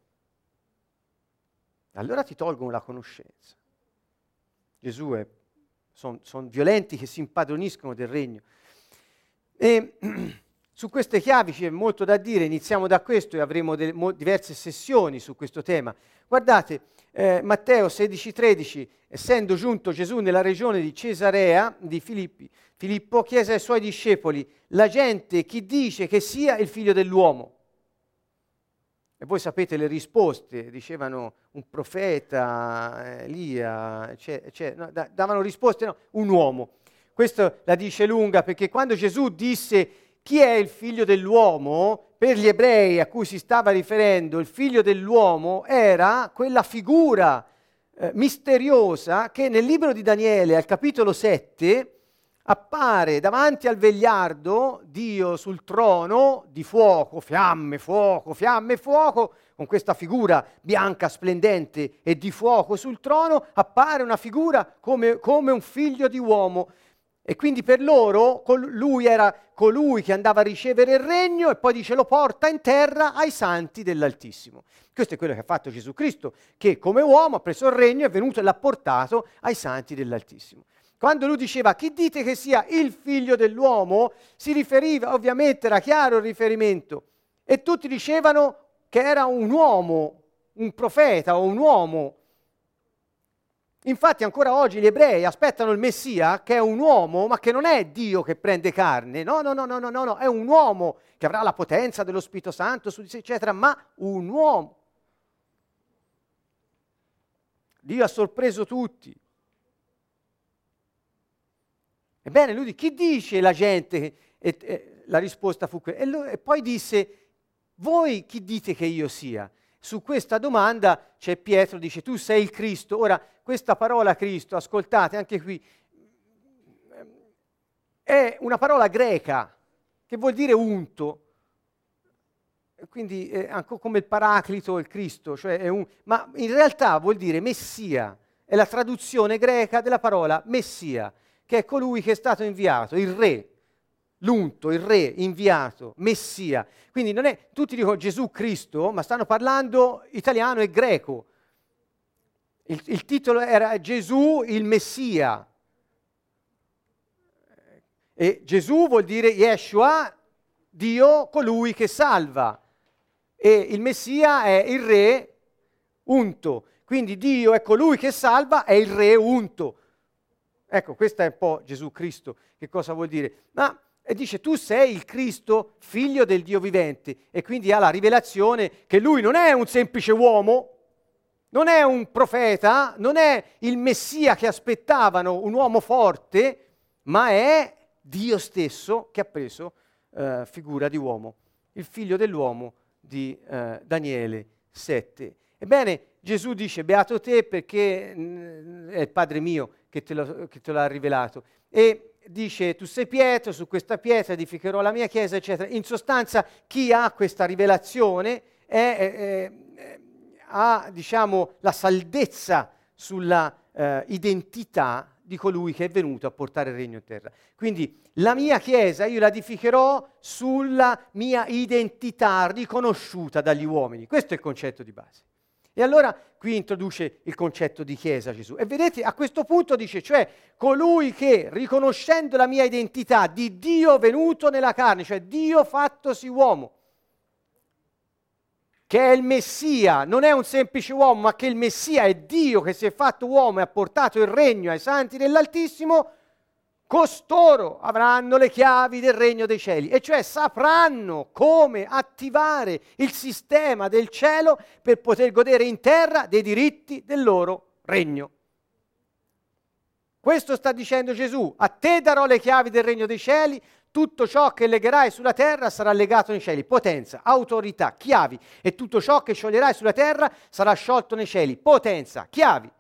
Allora ti tolgono la conoscenza. Gesù è, sono son violenti che si impadroniscono del regno. E su queste chiavi c'è molto da dire, iniziamo da questo e avremo delle, mo, diverse sessioni su questo tema. Guardate, eh, Matteo sedici tredici, essendo giunto Gesù nella regione di Cesarea di Filippi, Filippo chiese ai suoi discepoli: la gente chi dice che sia il figlio dell'uomo? E voi sapete le risposte, dicevano un profeta, Elia, cioè, cioè, no, da, davano risposte, no, un uomo. Questo la dice lunga, perché quando Gesù disse chi è il figlio dell'uomo, per gli ebrei a cui si stava riferendo, il figlio dell'uomo era quella figura eh, misteriosa che nel libro di Daniele, al capitolo sette, appare davanti al vegliardo, Dio sul trono di fuoco, fiamme, fuoco, fiamme, fuoco, con questa figura bianca, splendente e di fuoco sul trono, appare una figura come, come un figlio di uomo. E quindi per loro lui era colui che andava a ricevere il regno e poi dice lo porta in terra ai santi dell'Altissimo. Questo è quello che ha fatto Gesù Cristo, che come uomo ha preso il regno, è venuto e l'ha portato ai santi dell'Altissimo. Quando lui diceva chi dite che sia il figlio dell'uomo, si riferiva, ovviamente era chiaro il riferimento, e tutti dicevano che era un uomo, un profeta o un uomo. Infatti ancora oggi gli ebrei aspettano il Messia che è un uomo, ma che non è Dio che prende carne, no, no, no, no, no, no, no. È un uomo che avrà la potenza dello Spirito Santo su di sé, eccetera, ma un uomo. Dio ha sorpreso tutti. Ebbene, lui dice, chi dice la gente? E, e la risposta fu quella. E, lui, e poi disse, voi chi dite che io sia? Su questa domanda c'è Pietro, dice, tu sei il Cristo. Ora, questa parola Cristo, ascoltate, anche qui, è una parola greca, che vuol dire unto. Quindi è anche come il Paraclito, il Cristo, cioè è un, ma in realtà vuol dire Messia. È la traduzione greca della parola Messia, che è colui che è stato inviato, il re, l'unto, il re, inviato, Messia. Quindi non è, tutti dicono Gesù Cristo, ma stanno parlando italiano e greco. Il, il titolo era Gesù il Messia. E Gesù vuol dire Yeshua, Dio, colui che salva. E il Messia è il re unto. Quindi Dio è colui che salva, è il re unto. Ecco, questo è un po' Gesù Cristo, che cosa vuol dire? Ma e dice, tu sei il Cristo, figlio del Dio vivente, e quindi ha la rivelazione che lui non è un semplice uomo, non è un profeta, non è il Messia che aspettavano, un uomo forte, ma è Dio stesso che ha preso eh, figura di uomo, il figlio dell'uomo di eh, Daniele sette. Ebbene, Gesù dice, beato te perché mh, è il Padre mio che te, lo, che te l'ha rivelato. E dice, tu sei Pietro, su questa pietra edificherò la mia chiesa, eccetera. In sostanza, chi ha questa rivelazione è, è, è, ha, diciamo, la saldezza sulla eh, identità di colui che è venuto a portare il regno in terra. Quindi la mia chiesa io la edificherò sulla mia identità riconosciuta dagli uomini. Questo è il concetto di base. E allora qui introduce il concetto di chiesa Gesù. E vedete, a questo punto dice, cioè colui che riconoscendo la mia identità di Dio venuto nella carne, cioè Dio fattosi uomo, che è il Messia, non è un semplice uomo, ma che il Messia è Dio che si è fatto uomo e ha portato il regno ai santi dell'Altissimo, costoro avranno le chiavi del regno dei cieli, e cioè sapranno come attivare il sistema del cielo per poter godere in terra dei diritti del loro regno. Questo sta dicendo Gesù: a te darò le chiavi del regno dei cieli, tutto ciò che legherai sulla terra sarà legato nei cieli, potenza, autorità, chiavi, e tutto ciò che scioglierai sulla terra sarà sciolto nei cieli, potenza, chiavi.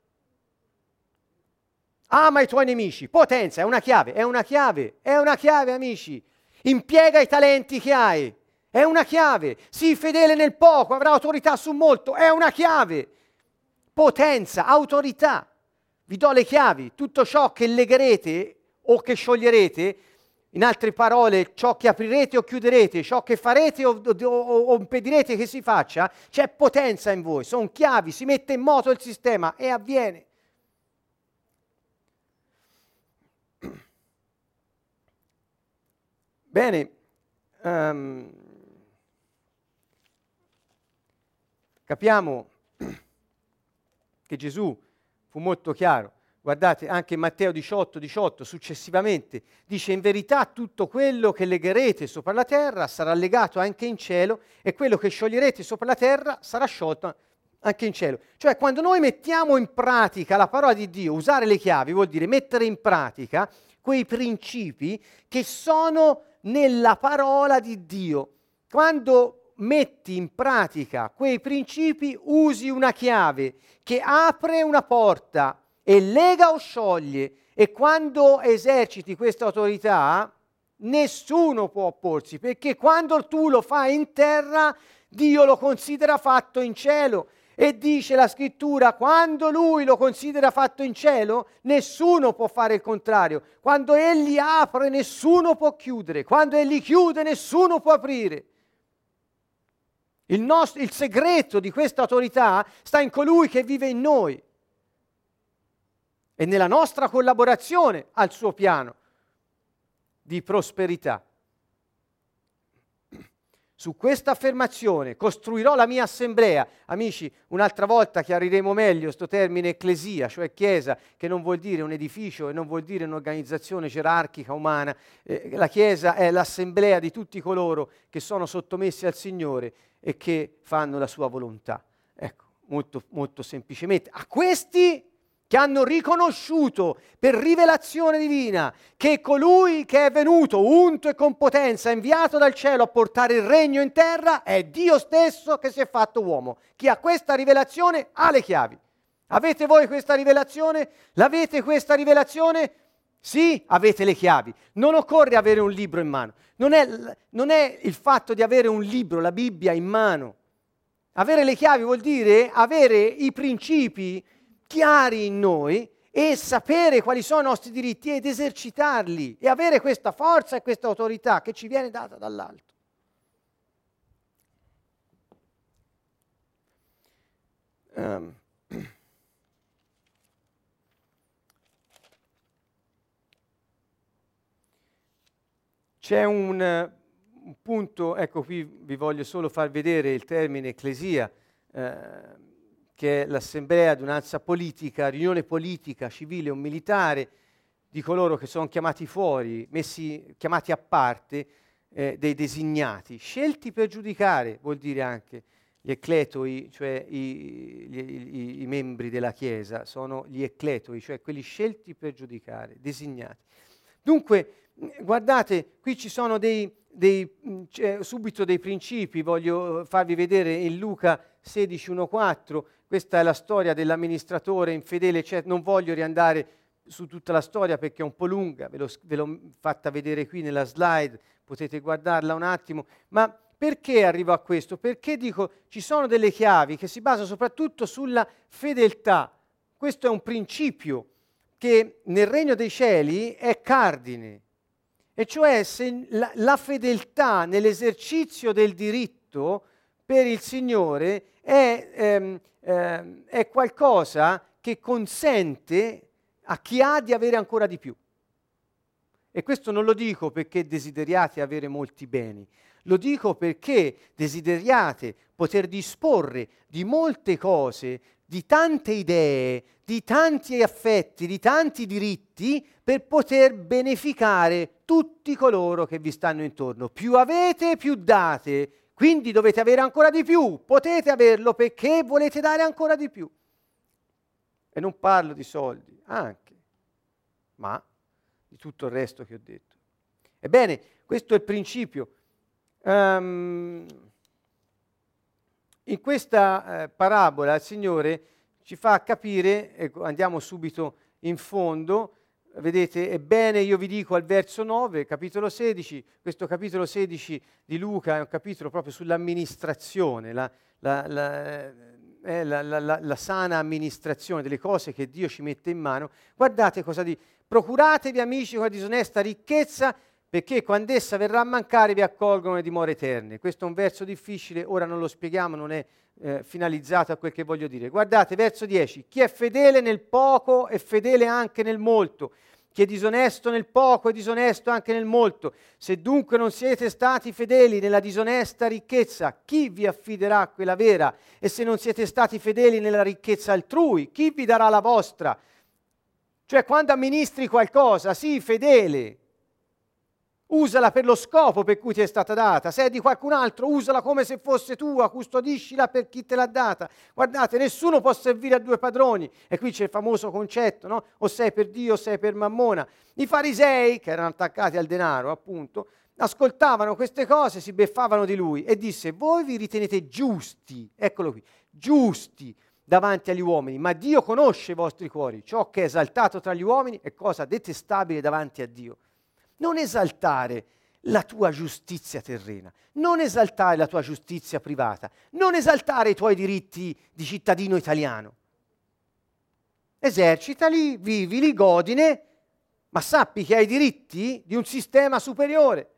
Ama i tuoi nemici, potenza, è una chiave, è una chiave, è una chiave, amici. Impiega i talenti che hai, è una chiave. Sii fedele nel poco, avrà autorità su molto, è una chiave. Potenza, autorità. Vi do le chiavi, tutto ciò che legherete o che scioglierete, in altre parole, ciò che aprirete o chiuderete, ciò che farete o, o, o impedirete che si faccia, c'è potenza in voi, sono chiavi, si mette in moto il sistema e avviene. Bene, um, capiamo che Gesù fu molto chiaro. Guardate, anche Matteo diciotto, diciotto, successivamente, dice: in verità tutto quello che legherete sopra la terra sarà legato anche in cielo, e quello che scioglierete sopra la terra sarà sciolto anche in cielo. Cioè, quando noi mettiamo in pratica la parola di Dio, usare le chiavi vuol dire mettere in pratica quei principi che sono nella parola di Dio. Quando metti in pratica quei principi, usi una chiave che apre una porta e lega o scioglie, e quando eserciti questa autorità nessuno può opporsi, perché quando tu lo fai in terra, Dio lo considera fatto in cielo. E dice la scrittura: quando lui lo considera fatto in cielo, nessuno può fare il contrario. Quando egli apre, nessuno può chiudere. Quando egli chiude, nessuno può aprire. Il, nostro, il segreto di questa autorità sta in colui che vive in noi e nella nostra collaborazione al suo piano di prosperità. Su questa affermazione costruirò la mia assemblea. Amici, un'altra volta chiariremo meglio questo termine ecclesia, cioè chiesa, che non vuol dire un edificio e non vuol dire un'organizzazione gerarchica umana. Eh, la chiesa è l'assemblea di tutti coloro che sono sottomessi al Signore e che fanno la sua volontà. Ecco, molto, molto semplicemente. A questi che hanno riconosciuto per rivelazione divina che colui che è venuto unto e con potenza, inviato dal cielo a portare il regno in terra, è Dio stesso che si è fatto uomo. Chi ha questa rivelazione ha le chiavi. Avete voi questa rivelazione? L'avete questa rivelazione? Sì, avete le chiavi. Non occorre avere un libro in mano. Non è, non è il fatto di avere un libro, la Bibbia in mano. Avere le chiavi vuol dire avere i principi chiari in noi e sapere quali sono i nostri diritti ed esercitarli e avere questa forza e questa autorità che ci viene data dall'alto. Um. C'è un, un punto, ecco qui vi voglio solo far vedere il termine ecclesia, eh, che è l'assemblea di un'alza politica, riunione politica, civile o militare, di coloro che sono chiamati fuori, messi, chiamati a parte, eh, dei designati, scelti per giudicare, vuol dire anche gli ecletoi, cioè i, gli, i, i membri della Chiesa, sono gli ecletoi, cioè quelli scelti per giudicare, designati. Dunque, guardate, qui ci sono dei, dei c'è subito dei principi, voglio farvi vedere in Luca sedici, uno, quattro, questa è la storia dell'amministratore infedele, cioè non voglio riandare su tutta la storia perché è un po' lunga, ve, lo, ve l'ho fatta vedere qui nella slide, potete guardarla un attimo, ma perché arrivo a questo? Perché dico, ci sono delle chiavi che si basano soprattutto sulla fedeltà. Questo è un principio che nel regno dei cieli è cardine, e cioè se la, la fedeltà nell'esercizio del diritto per il Signore è, ehm, ehm, è qualcosa che consente a chi ha di avere ancora di più. E questo non lo dico perché desideriate avere molti beni, lo dico perché desideriate poter disporre di molte cose di tante idee, di tanti affetti, di tanti diritti per poter beneficare tutti coloro che vi stanno intorno. Più avete, più date, quindi dovete avere ancora di più, potete averlo perché volete dare ancora di più. E non parlo di soldi, anche, ma di tutto il resto che ho detto. Ebbene, questo è il principio. Um, in questa eh, parabola il Signore ci fa capire, ecco, andiamo subito in fondo, vedete, ebbene io vi dico al verso nove, capitolo sedici, questo capitolo sedici di Luca è un capitolo proprio sull'amministrazione, la, la, la, eh, la, la, la, la sana amministrazione delle cose che Dio ci mette in mano. Guardate cosa dice: procuratevi amici con la disonesta ricchezza, perché quando essa verrà a mancare vi accolgono le dimore eterne. Questo è un verso difficile, ora non lo spieghiamo, non è eh, finalizzato a quel che voglio dire. Guardate, verso dieci, chi è fedele nel poco è fedele anche nel molto, chi è disonesto nel poco è disonesto anche nel molto. Se dunque non siete stati fedeli nella disonesta ricchezza, chi vi affiderà quella vera? E se non siete stati fedeli nella ricchezza altrui, chi vi darà la vostra? Cioè, quando amministri qualcosa, sii fedele. Usala per lo scopo per cui ti è stata data. Se è di qualcun altro, usala come se fosse tua, custodiscila per chi te l'ha data. Guardate, nessuno può servire a due padroni. E qui c'è il famoso concetto, no? O sei per Dio o sei per Mammona. I farisei, che erano attaccati al denaro, appunto, ascoltavano queste cose, si beffavano di lui e disse: voi vi ritenete giusti, eccolo qui, giusti davanti agli uomini, ma Dio conosce i vostri cuori. Ciò che è esaltato tra gli uomini è cosa detestabile davanti a Dio. Non esaltare la tua giustizia terrena, non esaltare la tua giustizia privata, non esaltare i tuoi diritti di cittadino italiano. Esercitali, vivili, godine, ma sappi che hai diritti di un sistema superiore.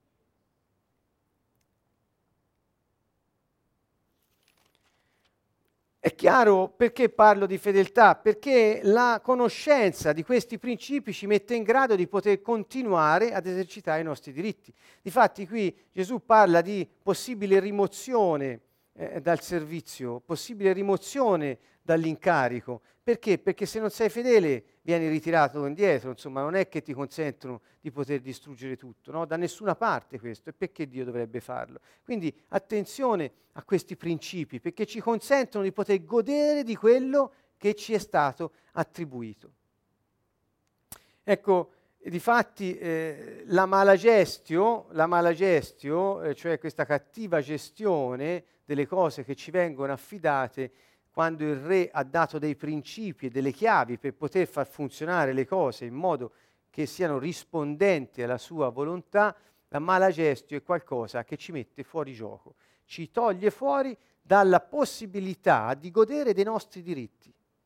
È chiaro perché parlo di fedeltà? Perché la conoscenza di questi principi ci mette in grado di poter continuare ad esercitare i nostri diritti. Difatti qui Gesù parla di possibile rimozione eh, dal servizio, possibile rimozione dall'incarico. Perché? Perché se non sei fedele vieni ritirato indietro, insomma non è che ti consentono di poter distruggere tutto, no? Da nessuna parte questo, e perché Dio dovrebbe farlo? Quindi attenzione a questi principi, perché ci consentono di poter godere di quello che ci è stato attribuito. Ecco, difatti eh, la mala gestio, la mala gestio eh, cioè questa cattiva gestione delle cose che ci vengono affidate, quando il re ha dato dei principi e delle chiavi per poter far funzionare le cose in modo che siano rispondenti alla sua volontà, la mala gestio è qualcosa che ci mette fuori gioco, ci toglie fuori dalla possibilità di godere dei nostri diritti.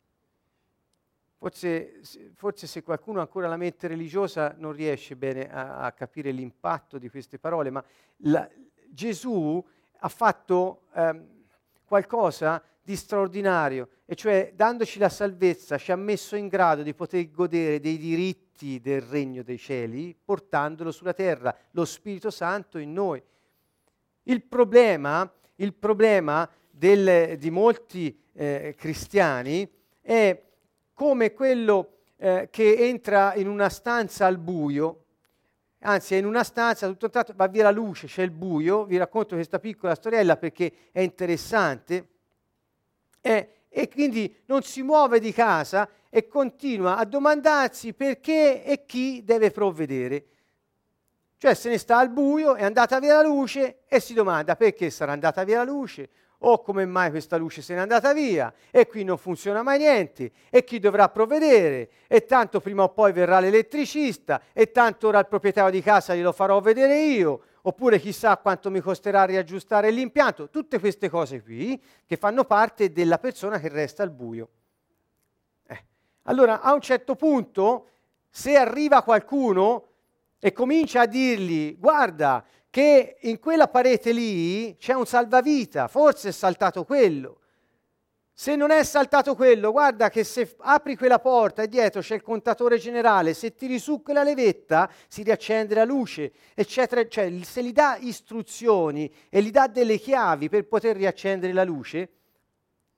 Forse, forse se qualcuno ha ancora la mente religiosa non riesce bene a, a capire l'impatto di queste parole, ma la, Gesù ha fatto ehm, qualcosa di straordinario, e cioè dandoci la salvezza ci ha messo in grado di poter godere dei diritti del regno dei cieli, portandolo sulla terra, lo Spirito Santo in noi. Il problema, il problema del, di molti eh, cristiani è come quello eh, che entra in una stanza al buio, anzi è in una stanza, tutto un tratto va via la luce, c'è il buio. Vi racconto questa piccola storiella perché è interessante. Eh, e quindi non si muove di casa e continua a domandarsi perché e chi deve provvedere. Cioè se ne sta al buio, è andata via la luce e si domanda perché sarà andata via la luce, o come mai questa luce se n'è andata via, e qui non funziona mai niente, e chi dovrà provvedere, e tanto prima o poi verrà l'elettricista, e tanto ora il proprietario di casa glielo farò vedere io, oppure chissà quanto mi costerà riaggiustare l'impianto. Tutte queste cose qui che fanno parte della persona che resta al buio. Eh. Allora, a un certo punto, se arriva qualcuno e comincia a dirgli: guarda che in quella parete lì c'è un salvavita, forse è saltato quello. Se non è saltato quello, guarda che se apri quella porta e dietro c'è il contatore generale, se tiri su quella levetta si riaccende la luce, eccetera. Cioè, se gli dà istruzioni e gli dà delle chiavi per poter riaccendere la luce,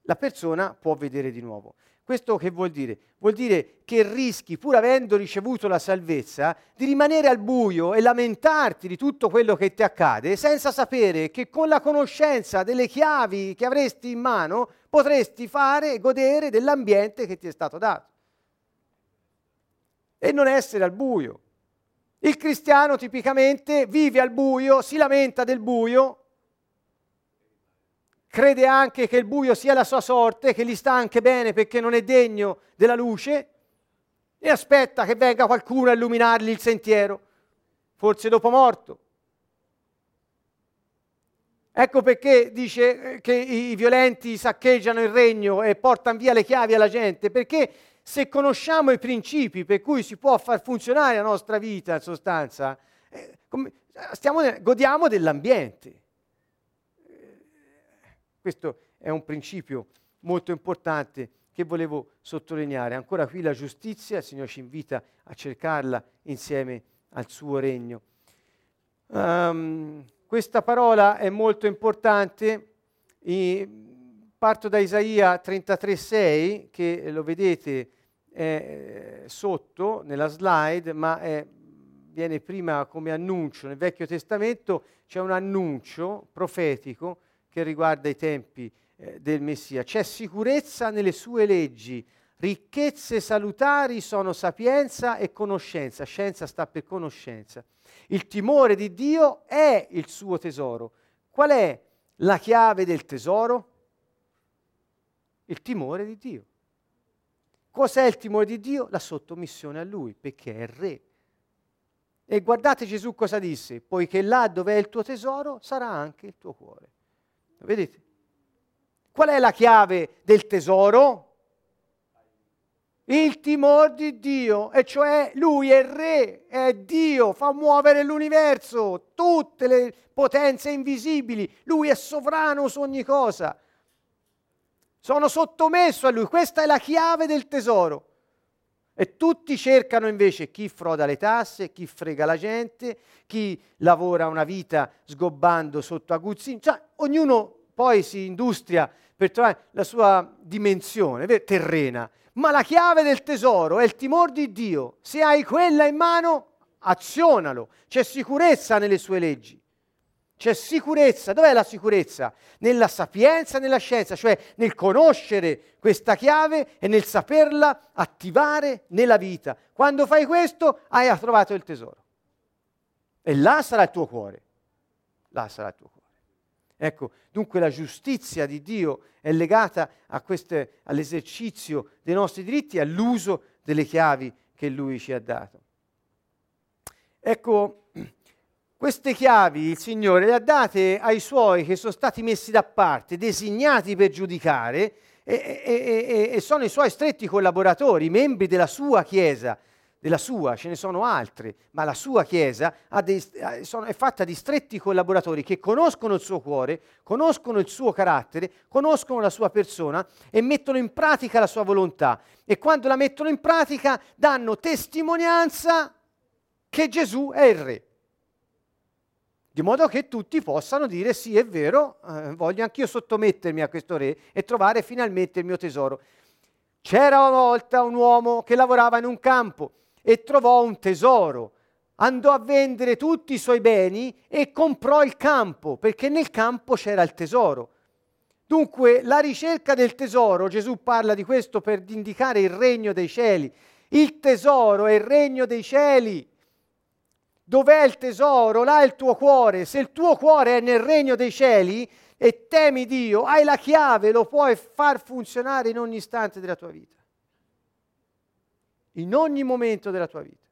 la persona può vedere di nuovo. Questo che vuol dire? Vuol dire che rischi, pur avendo ricevuto la salvezza, di rimanere al buio e lamentarti di tutto quello che ti accade, senza sapere che con la conoscenza delle chiavi che avresti in mano potresti fare e godere dell'ambiente che ti è stato dato. E non essere al buio. Il cristiano tipicamente vive al buio, si lamenta del buio, crede anche che il buio sia la sua sorte, che gli sta anche bene perché non è degno della luce e aspetta che venga qualcuno a illuminargli il sentiero, forse dopo morto. Ecco perché dice che i violenti saccheggiano il regno e portano via le chiavi alla gente, perché se conosciamo i principi per cui si può far funzionare la nostra vita, in sostanza, eh, come, stiamo, godiamo dell'ambiente. Questo è un principio molto importante che volevo sottolineare. Ancora qui la giustizia, il Signore ci invita a cercarla insieme al suo regno. Um, questa parola è molto importante. I, parto da Isaia trentatré sei, che lo vedete è sotto nella slide, ma è, viene prima come annuncio. Nel Vecchio Testamento c'è un annuncio profetico che riguarda i tempi eh, del Messia. C'è sicurezza nelle sue leggi, ricchezze salutari sono sapienza e conoscenza. Scienza sta per conoscenza. Il timore di Dio è il suo tesoro. Qual è la chiave del tesoro? Il timore di Dio. Cos'è il timore di Dio? La sottomissione a Lui, perché è il Re. E guardate Gesù cosa disse: poiché là dove è il tuo tesoro sarà anche il tuo cuore. Vedete? Qual è la chiave del tesoro? Il timore di Dio, e cioè Lui è il Re, è Dio, fa muovere l'universo, tutte le potenze invisibili, Lui è sovrano su ogni cosa. Sono sottomesso a Lui, questa è la chiave del tesoro. E tutti cercano invece chi froda le tasse, chi frega la gente, chi lavora una vita sgobbando sotto aguzzini, cioè ognuno poi si industria per trovare la sua dimensione terrena, ma la chiave del tesoro è il timore di Dio. Se hai quella in mano, azionalo. C'è sicurezza nelle sue leggi. C'è sicurezza. Dov'è la sicurezza? Nella sapienza, nella scienza, cioè nel conoscere questa chiave e nel saperla attivare nella vita. Quando fai questo, hai trovato il tesoro. E là sarà il tuo cuore. Là sarà il tuo cuore. Ecco, dunque la giustizia di Dio è legata a queste, all'esercizio dei nostri diritti e all'uso delle chiavi che Lui ci ha dato. Ecco, queste chiavi il Signore le ha date ai Suoi che sono stati messi da parte, designati per giudicare e, e, e, e sono i Suoi stretti collaboratori, membri della Sua Chiesa. Della sua, ce ne sono altre, ma la sua Chiesa ha dei, sono, è fatta di stretti collaboratori che conoscono il suo cuore, conoscono il suo carattere, conoscono la sua persona e mettono in pratica la sua volontà. E quando la mettono in pratica danno testimonianza che Gesù è il Re. Di modo che tutti possano dire sì, è vero, eh, voglio anch'io sottomettermi a questo Re e trovare finalmente il mio tesoro. C'era una volta un uomo che lavorava in un campo e trovò un tesoro, andò a vendere tutti i suoi beni e comprò il campo, perché nel campo c'era il tesoro. Dunque la ricerca del tesoro, Gesù parla di questo per indicare il regno dei cieli. Il tesoro è il regno dei cieli. Dov'è il tesoro? Là è il tuo cuore. Se il tuo cuore è nel regno dei cieli e temi Dio, hai la chiave, lo puoi far funzionare in ogni istante della tua vita. In ogni momento della tua vita.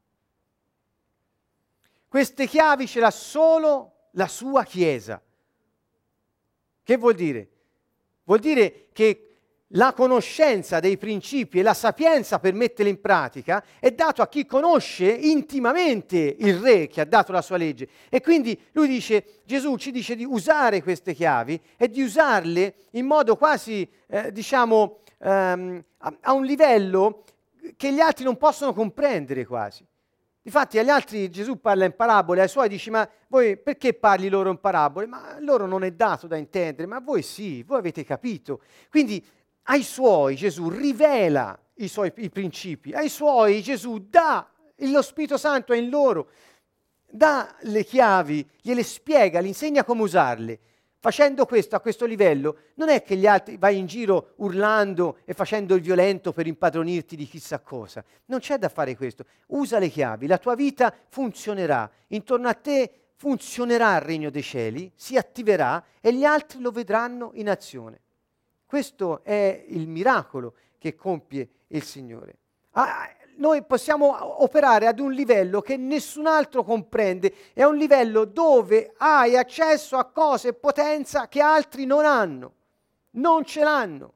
Queste chiavi ce l'ha solo la sua Chiesa. Che vuol dire? Vuol dire che la conoscenza dei principi e la sapienza per metterli in pratica è dato a chi conosce intimamente il Re che ha dato la sua legge. E quindi lui dice, Gesù ci dice di usare queste chiavi e di usarle in modo quasi, eh, diciamo, ehm, a, a un livello che gli altri non possono comprendere quasi. Difatti agli altri Gesù parla in parabole, ai suoi dice: ma voi perché parli loro in parabole? Ma loro non è dato da intendere, ma voi sì, voi avete capito. Quindi ai suoi Gesù rivela i suoi i principi, ai suoi Gesù dà, lo Spirito Santo è in loro, dà le chiavi, gliele spiega, gli insegna come usarle. Facendo questo a questo livello, non è che gli altri vai in giro urlando e facendo il violento per impadronirti di chissà cosa. Non c'è da fare questo. Usa le chiavi, la tua vita funzionerà. Intorno a te funzionerà il regno dei cieli, si attiverà e gli altri lo vedranno in azione. Questo è il miracolo che compie il Signore. Ah, noi possiamo operare ad un livello che nessun altro comprende, è un livello dove hai accesso a cose e potenza che altri non hanno, non ce l'hanno.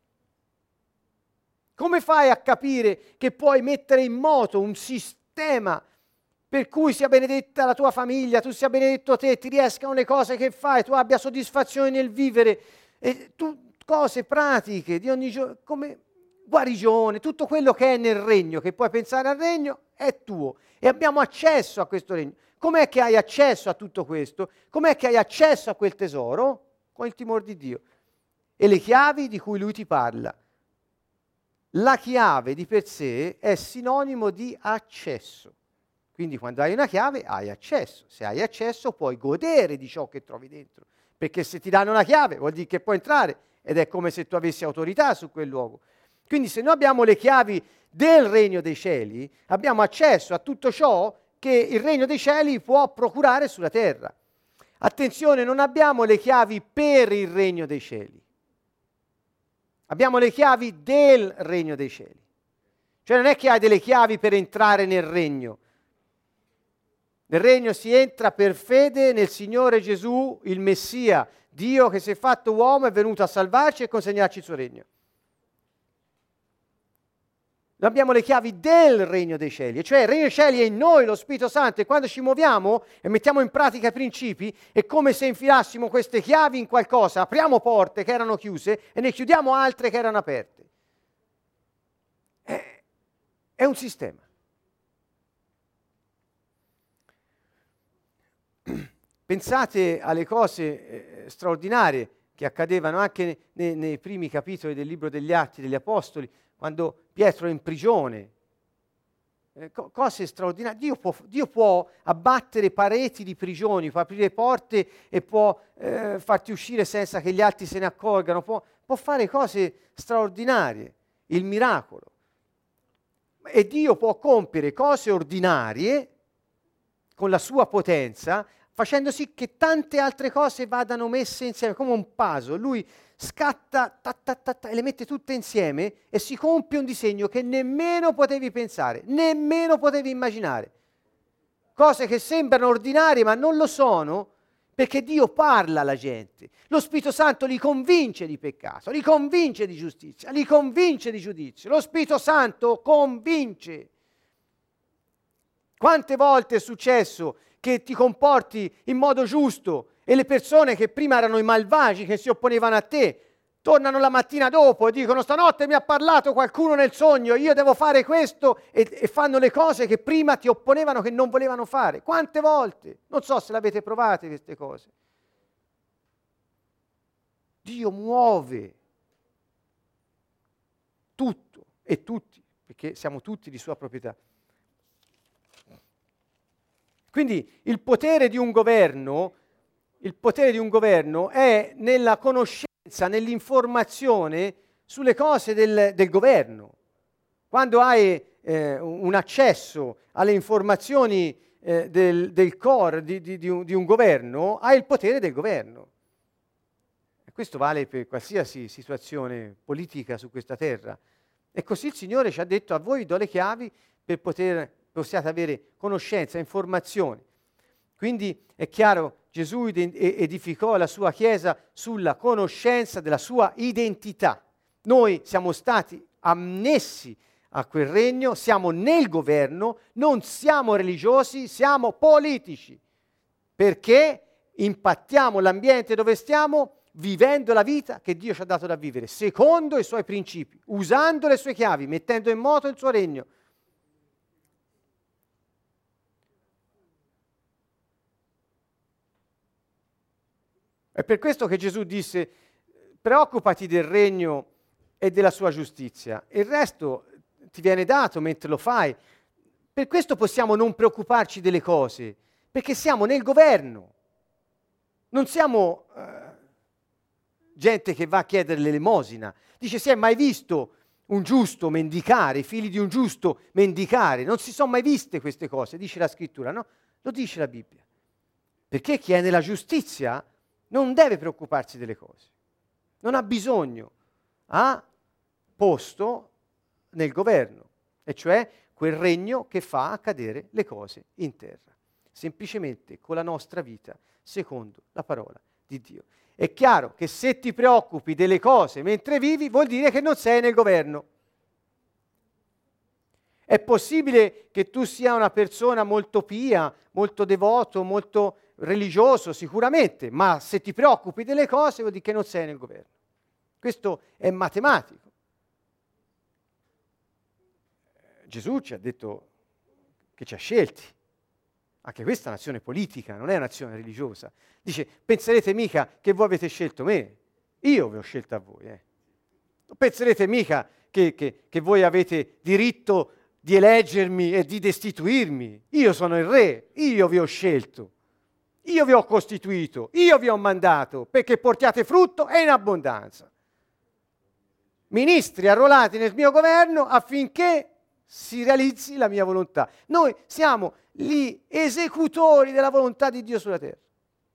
Come fai a capire che puoi mettere in moto un sistema per cui sia benedetta la tua famiglia, tu sia benedetto te, ti riescano le cose che fai, tu abbia soddisfazione nel vivere, e tu, cose pratiche di ogni giorno, come guarigione, tutto quello che è nel regno, che puoi pensare al regno, è tuo. E abbiamo accesso a questo regno. Com'è che hai accesso a tutto questo? Com'è che hai accesso a quel tesoro? Con il timore di Dio. E le chiavi di cui lui ti parla. La chiave di per sé è sinonimo di accesso. Quindi quando hai una chiave hai accesso. Se hai accesso puoi godere di ciò che trovi dentro. Perché se ti danno una chiave vuol dire che puoi entrare ed è come se tu avessi autorità su quel luogo. Quindi se noi abbiamo le chiavi del regno dei cieli, abbiamo accesso a tutto ciò che il regno dei cieli può procurare sulla terra. Attenzione, non abbiamo le chiavi per il regno dei cieli. Abbiamo le chiavi del regno dei cieli. Cioè non è che hai delle chiavi per entrare nel regno. Nel regno si entra per fede nel Signore Gesù, il Messia, Dio che si è fatto uomo, è venuto a salvarci e consegnarci il suo regno. Noi abbiamo le chiavi del regno dei cieli, cioè il regno dei cieli è in noi, lo Spirito Santo, e quando ci muoviamo e mettiamo in pratica i principi, è come se infilassimo queste chiavi in qualcosa, apriamo porte che erano chiuse e ne chiudiamo altre che erano aperte. È, è un sistema. Pensate alle cose eh, straordinarie che accadevano anche nei, nei primi capitoli del libro degli Atti degli Apostoli, quando Pietro è in prigione. Eh, co- cose straordinarie. Dio può, Dio può abbattere pareti di prigioni, può aprire porte e può eh, farti uscire senza che gli altri se ne accorgano, può, può fare cose straordinarie, il miracolo. E Dio può compiere cose ordinarie con la sua potenza, facendo sì che tante altre cose vadano messe insieme, come un puzzle. Lui scatta ta, ta, ta, ta, e le mette tutte insieme e si compie un disegno che nemmeno potevi pensare, nemmeno potevi immaginare. Cose che sembrano ordinarie ma non lo sono, perché Dio parla alla gente. Lo Spirito Santo li convince di peccato, li convince di giustizia, li convince di giudizio. Lo Spirito Santo convince. Quante volte è successo che ti comporti in modo giusto e le persone che prima erano i malvagi che si opponevano a te tornano la mattina dopo e dicono: stanotte mi ha parlato qualcuno nel sogno, io devo fare questo, e, e fanno le cose che prima ti opponevano, che non volevano fare. Quante volte? Non so se l'avete provate queste cose. Dio muove tutto e tutti, perché siamo tutti di sua proprietà. Quindi il potere di un governo, il potere di un governo è nella conoscenza, nell'informazione sulle cose del, del governo. Quando hai eh, un accesso alle informazioni eh, del, del core di, di, di, un, di un governo, hai il potere del governo. E questo vale per qualsiasi situazione politica su questa terra. E così il Signore ci ha detto: a voi do le chiavi per poter possiate avere conoscenza, informazioni. Quindi è chiaro, Gesù edificò la sua Chiesa sulla conoscenza della sua identità. Noi siamo stati annessi a quel regno, siamo nel governo, non siamo religiosi, siamo politici, perché impattiamo l'ambiente dove stiamo vivendo la vita che Dio ci ha dato da vivere, secondo i suoi principi, usando le sue chiavi, mettendo in moto il suo regno. È per questo che Gesù disse: preoccupati del regno e della sua giustizia, il resto ti viene dato mentre lo fai. Per questo possiamo non preoccuparci delle cose, perché siamo nel governo. Non siamo eh, gente che va a chiedere l'elemosina. Dice: si è mai visto un giusto mendicare, i figli di un giusto mendicare? Non si sono mai viste queste cose, dice la scrittura, no? Lo dice la Bibbia. Perché chi è nella giustizia non deve preoccuparsi delle cose. Non ha bisogno, ha posto nel governo, e cioè quel regno che fa accadere le cose in terra, semplicemente con la nostra vita, secondo la parola di Dio. È chiaro che se ti preoccupi delle cose mentre vivi, vuol dire che non sei nel governo. È possibile che tu sia una persona molto pia, molto devoto, molto religioso, sicuramente, ma se ti preoccupi delle cose vuol dire che non sei nel governo. Questo è matematico. Gesù ci ha detto che ci ha scelti. Anche questa è un'azione politica, non è un'azione religiosa. Dice: penserete mica che voi avete scelto me? Io vi ho scelto a voi. Eh. Non penserete mica che, che, che voi avete diritto di eleggermi e di destituirmi? Io sono il re, io vi ho scelto, io vi ho costituito, io vi ho mandato perché portiate frutto e in abbondanza. Ministri arruolati nel mio governo affinché si realizzi la mia volontà. Noi siamo gli esecutori della volontà di Dio sulla terra.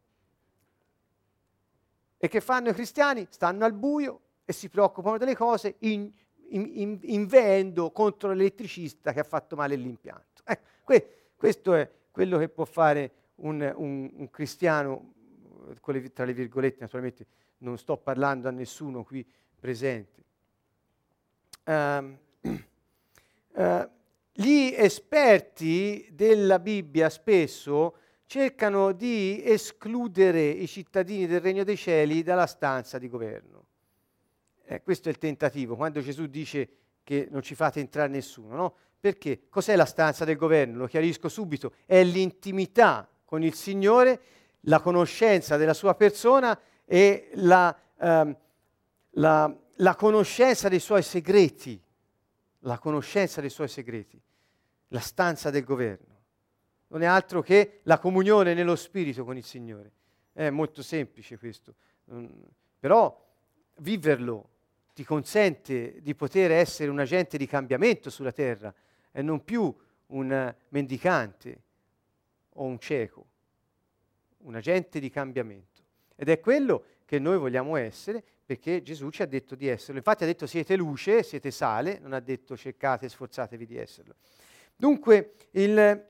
E che fanno i cristiani? Stanno al buio e si preoccupano delle cose in, in, in, inveendo contro l'elettricista che ha fatto male l'impianto. Ecco, que, questo è quello che può fare un, un, un cristiano, con le, tra le virgolette, naturalmente non sto parlando a nessuno qui presente. Um, uh, gli esperti della Bibbia spesso cercano di escludere i cittadini del Regno dei Cieli dalla stanza di governo. Eh, questo è il tentativo, quando Gesù dice che non ci fate entrare nessuno, no? Perché? Cos'è la stanza del governo? Lo chiarisco subito. È l'intimità con il Signore, la conoscenza della sua persona e la, ehm, la, la conoscenza dei suoi segreti. La conoscenza dei suoi segreti. La stanza del governo. Non è altro che la comunione nello Spirito con il Signore. È molto semplice questo. Um, però viverlo ti consente di poter essere un agente di cambiamento sulla terra e non più un mendicante o un cieco, un agente di cambiamento. Ed è quello che noi vogliamo essere, perché Gesù ci ha detto di esserlo. Infatti ha detto: siete luce, siete sale, non ha detto cercate, sforzatevi di esserlo. Dunque, il...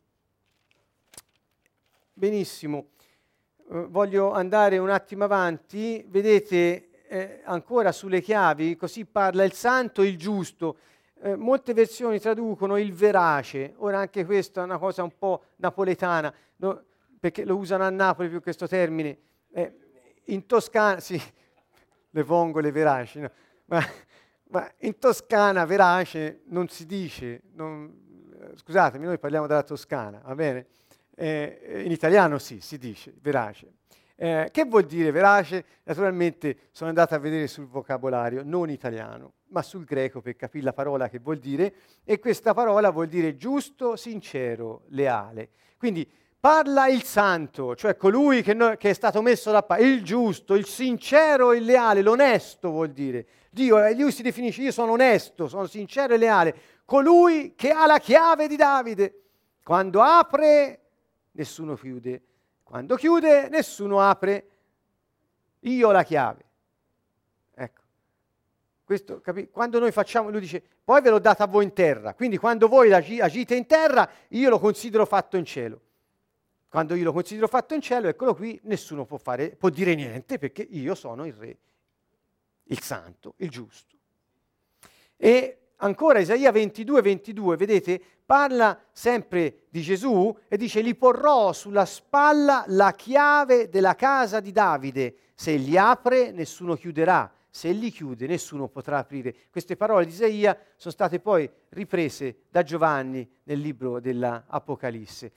benissimo, uh, voglio andare un attimo avanti. Vedete, eh, ancora sulle chiavi, così parla il santo, il giusto. Eh, molte versioni traducono il verace. Ora anche questa è una cosa un po' napoletana, no? Perché lo usano a Napoli più questo termine. Eh, in Toscana, sì, le vongole veraci, no? ma, ma in Toscana verace non si dice, non, eh, scusatemi, noi parliamo della Toscana, va bene? Eh, in italiano sì, si dice verace. Eh, che vuol dire verace? Naturalmente sono andato a vedere sul vocabolario, non italiano, ma sul greco per capire la parola che vuol dire, e questa parola vuol dire giusto, sincero, leale. Quindi parla il santo, cioè colui che, no, che è stato messo da parte, il giusto, il sincero, il leale, l'onesto vuol dire. Dio, eh, lui si definisce: io sono onesto, sono sincero e leale, colui che ha la chiave di Davide. Quando apre, nessuno chiude. Quando chiude, nessuno apre. Io ho la chiave. Ecco. Questo, capi? Quando noi facciamo, lui dice: poi ve l'ho data a voi in terra. Quindi quando voi agi, agite in terra, io lo considero fatto in cielo. Quando io lo considero fatto in cielo, eccolo qui, nessuno può fare, può dire niente, perché io sono il re, il santo, il giusto. E ancora Isaia ventidue, ventidue, vedete, parla sempre di Gesù e dice: gli porrò sulla spalla la chiave della casa di Davide. Se egli apre, nessuno chiuderà. Se egli chiude, nessuno potrà aprire. Queste parole di Isaia sono state poi riprese da Giovanni nel libro dell'Apocalisse.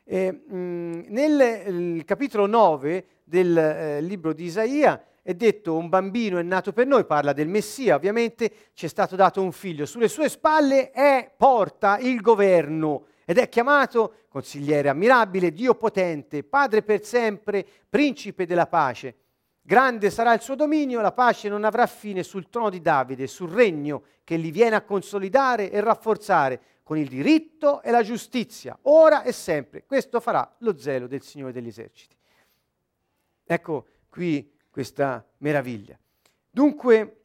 E, mh, nel capitolo nove del eh, libro di Isaia è detto: un bambino è nato per noi, parla del Messia, ovviamente ci è stato dato un figlio, sulle sue spalle è, porta il governo ed è chiamato consigliere ammirabile, Dio potente, Padre per sempre, principe della pace. Grande sarà il suo dominio, la pace non avrà fine sul trono di Davide, sul regno che li viene a consolidare e rafforzare con il diritto e la giustizia, ora e sempre. Questo farà lo zelo del Signore degli eserciti. Ecco qui questa meraviglia. Dunque,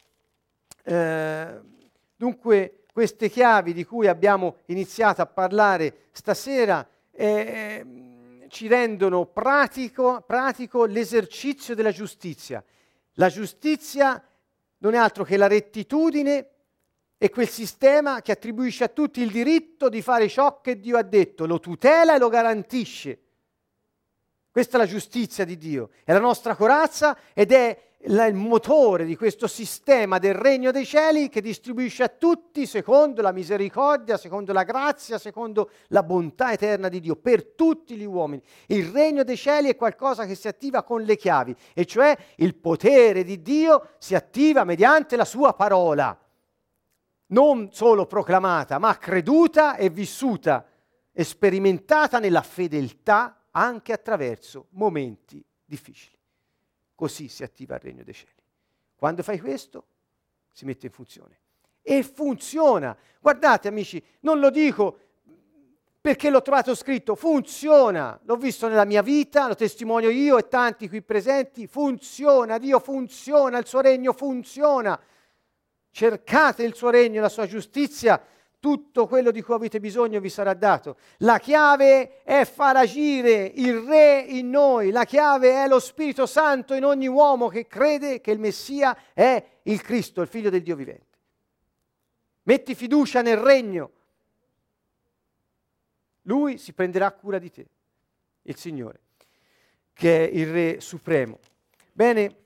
eh, dunque queste chiavi di cui abbiamo iniziato a parlare stasera eh, ci rendono pratico, pratico l'esercizio della giustizia. La giustizia non è altro che la rettitudine e quel sistema che attribuisce a tutti il diritto di fare ciò che Dio ha detto, lo tutela e lo garantisce. Questa è la giustizia di Dio, è la nostra corazza ed è la, il motore di questo sistema del regno dei cieli che distribuisce a tutti secondo la misericordia, secondo la grazia, secondo la bontà eterna di Dio, per tutti gli uomini. Il regno dei cieli è qualcosa che si attiva con le chiavi, e cioè il potere di Dio si attiva mediante la sua parola, non solo proclamata, ma creduta e vissuta e sperimentata nella fedeltà anche attraverso momenti difficili. Così si attiva il regno dei cieli. Quando fai questo, si mette in funzione. E funziona. Guardate amici, non lo dico perché l'ho trovato scritto, funziona. L'ho visto nella mia vita, lo testimonio io e tanti qui presenti, funziona, Dio funziona, il suo regno funziona. Cercate il suo regno e la sua giustizia, tutto quello di cui avete bisogno vi sarà dato. La chiave è far agire il Re in noi, la chiave è lo Spirito Santo in ogni uomo che crede che il Messia è il Cristo, il Figlio del Dio vivente. Metti fiducia nel regno. Lui si prenderà cura di te, il Signore, che è il Re supremo. Bene,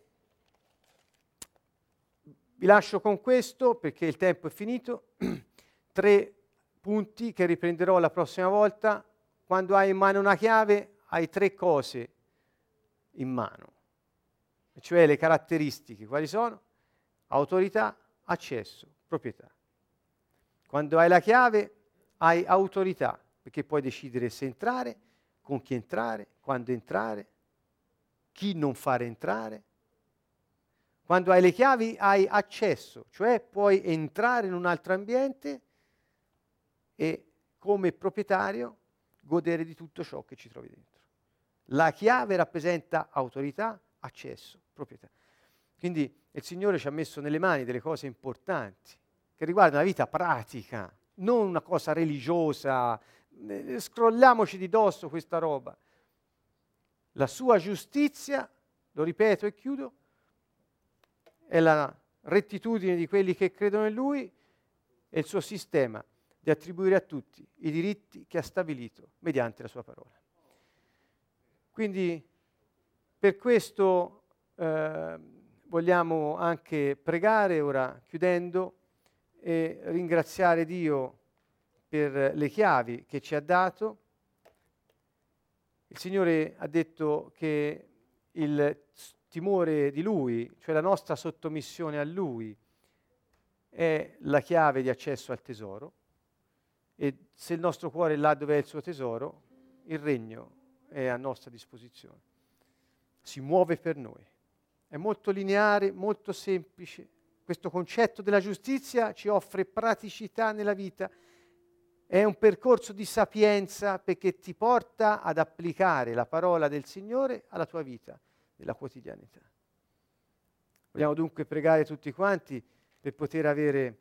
vi lascio con questo perché il tempo è finito. Tre punti che riprenderò la prossima volta. Quando hai in mano una chiave, hai tre cose in mano, cioè le caratteristiche. Quali sono? Autorità, accesso, proprietà. Quando hai la chiave, hai autorità, perché puoi decidere se entrare, con chi entrare, quando entrare, chi non fare entrare. Quando hai le chiavi, hai accesso, cioè puoi entrare in un altro ambiente e come proprietario godere di tutto ciò che ci trovi dentro. La chiave rappresenta autorità, accesso, proprietà. Quindi il Signore ci ha messo nelle mani delle cose importanti che riguardano la vita pratica, non una cosa religiosa. Scrolliamoci di dosso questa roba. La sua giustizia, lo ripeto e chiudo, è la rettitudine di quelli che credono in Lui e il suo sistema di attribuire a tutti i diritti che ha stabilito mediante la sua parola. Quindi per questo eh, vogliamo anche pregare ora, chiudendo, e ringraziare Dio per le chiavi che ci ha dato. Il Signore ha detto che il timore di Lui, cioè la nostra sottomissione a Lui, è la chiave di accesso al tesoro, e se il nostro cuore è là dove è il suo tesoro, il regno è a nostra disposizione. Si muove per noi. È molto lineare, molto semplice. Questo concetto della giustizia ci offre praticità nella vita. È un percorso di sapienza perché ti porta ad applicare la parola del Signore alla tua vita, nella quotidianità. Vogliamo dunque pregare tutti quanti per poter avere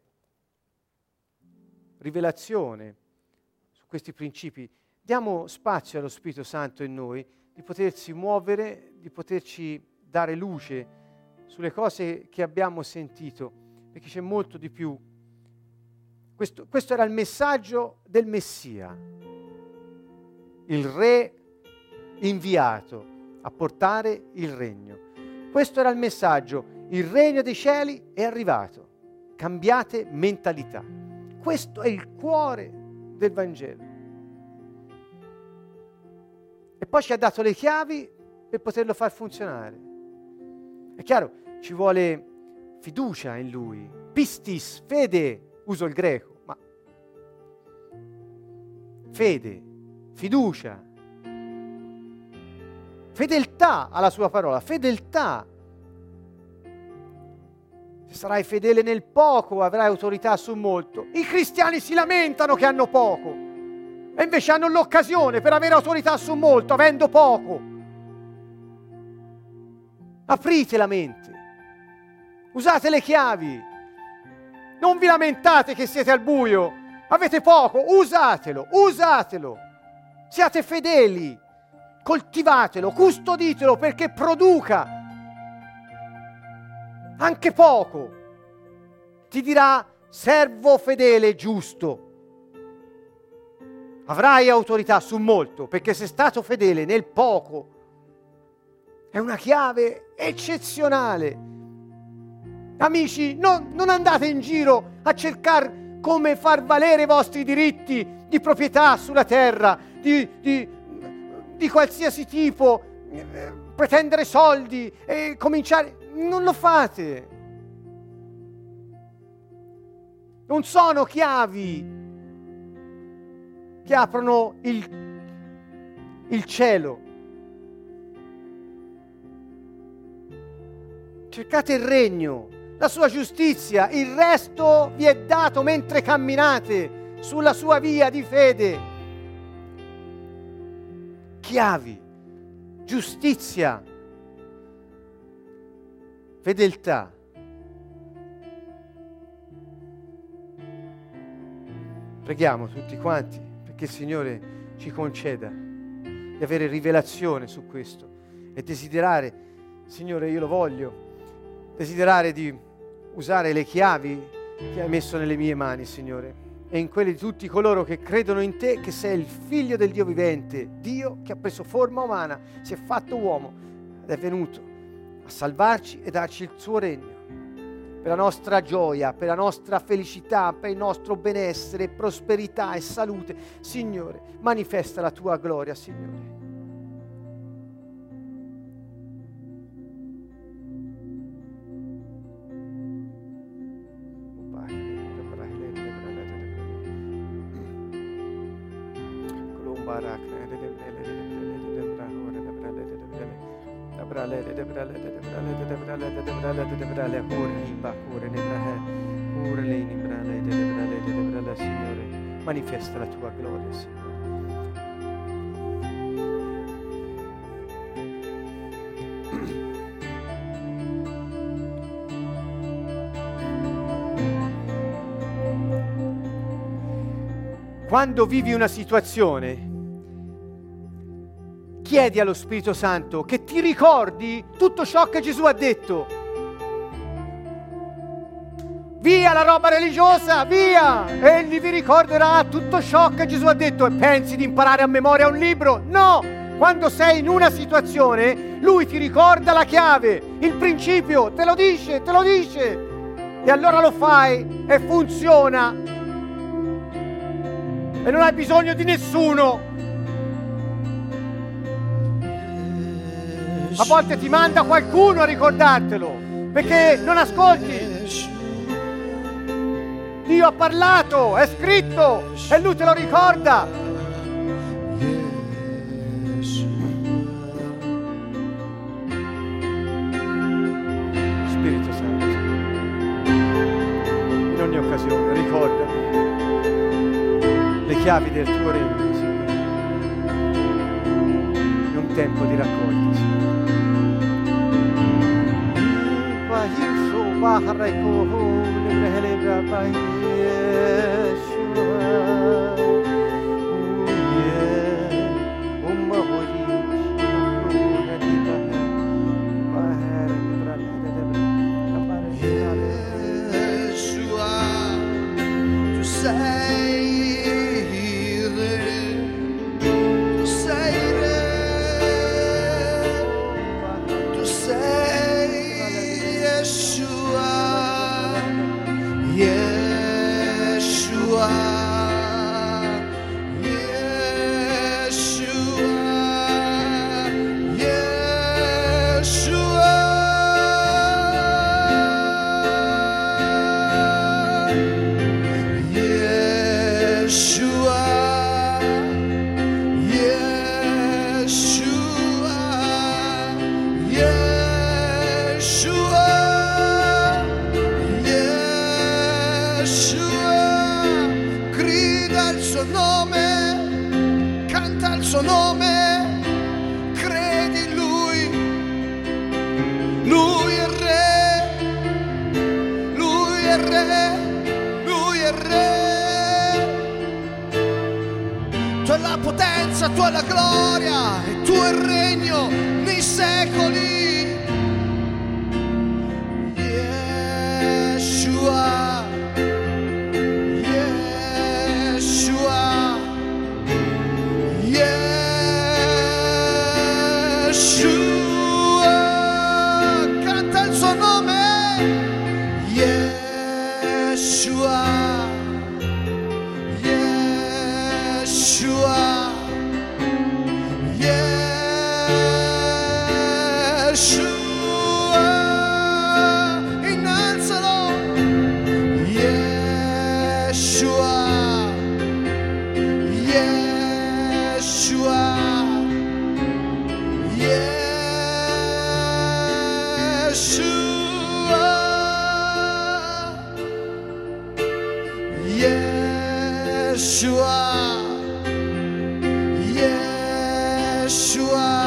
rivelazione su questi principi. Diamo spazio allo Spirito Santo in noi di potersi muovere, di poterci dare luce sulle cose che abbiamo sentito, perché c'è molto di più. Questo, questo era il messaggio del Messia, il Re inviato a portare il regno. Questo era il messaggio, il regno dei cieli è arrivato, cambiate mentalità. Questo è il cuore del Vangelo. e poi ci ha dato le chiavi per poterlo far funzionare. È chiaro, ci vuole fiducia in Lui, pistis, fede, uso il greco, ma fede, fiducia, fedeltà alla sua parola, fedeltà. Se sarai fedele nel poco, avrai autorità su molto. I cristiani si lamentano che hanno poco e invece hanno l'occasione per avere autorità su molto, avendo poco. Aprite la mente, usate le chiavi, non vi lamentate che siete al buio, avete poco, usatelo, usatelo, siate fedeli, coltivatelo, custoditelo perché produca anche poco. Ti dirà: servo fedele e giusto. Avrai autorità su molto perché sei stato fedele nel poco. È una chiave eccezionale. Amici, non, non andate in giro a cercare come far valere i vostri diritti di proprietà sulla terra, di, di, di qualsiasi tipo, eh, pretendere soldi e cominciare. Non lo fate. Non sono chiavi che aprono il, il cielo. Cercate il regno, la sua giustizia, il resto vi è dato mentre camminate sulla sua via di fede. Chiavi, giustizia, fedeltà. Preghiamo tutti quanti perché il Signore ci conceda di avere rivelazione su questo e desiderare, Signore, io lo voglio, desiderare di usare le chiavi che hai messo nelle mie mani, Signore, e in quelle di tutti coloro che credono in Te, che sei il Figlio del Dio vivente, Dio che ha preso forma umana, si è fatto uomo ed è venuto a salvarci e darci il suo regno, per la nostra gioia, per la nostra felicità, per il nostro benessere, prosperità e salute. Signore, manifesta la tua gloria, Signore. Signore, manifesta la tua gloria, Signore. Quando vivi una situazione, chiedi allo Spirito Santo che ti ricordi tutto ciò che Gesù ha detto. Via la roba religiosa, via! Egli vi ricorderà tutto ciò che Gesù ha detto. E pensi di imparare a memoria un libro? No! Quando sei in una situazione, Lui ti ricorda la chiave, il principio, te lo dice, te lo dice. E allora lo fai e funziona. E non hai bisogno di nessuno. A volte ti manda qualcuno a ricordartelo, perché non ascolti. Dio ha parlato, è scritto, e Lui te lo ricorda. Spirito Santo, in ogni occasione ricordami le chiavi del tuo regno, Signore. È un tempo di raccolta, Signore.
tua la gloria, e tuo il regno nei secoli. Yeshua, Yeshua, Yeshua, canta il suo nome. Yeshua, Yeshua, Yeshua, innalzalo. Yeshua, Yeshua, Yeshua, Yeshua, Yeshua,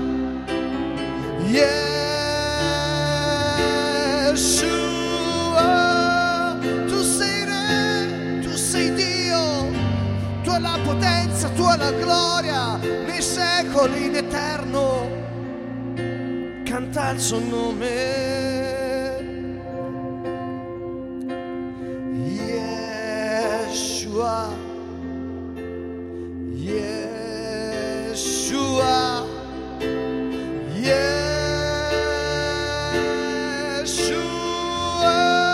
Yeshua. Tu sei Re, tu sei Dio, tu hai la potenza, tu hai la gloria nei secoli, in eterno. Canta il suo nome. Yeshua, Yeshua, Yeshua,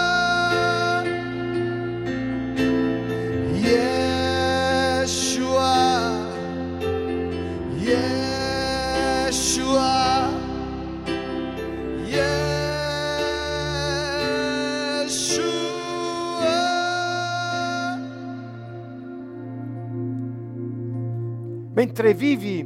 Yeshua, Yeshua, Yeshua.
Mentre vivi,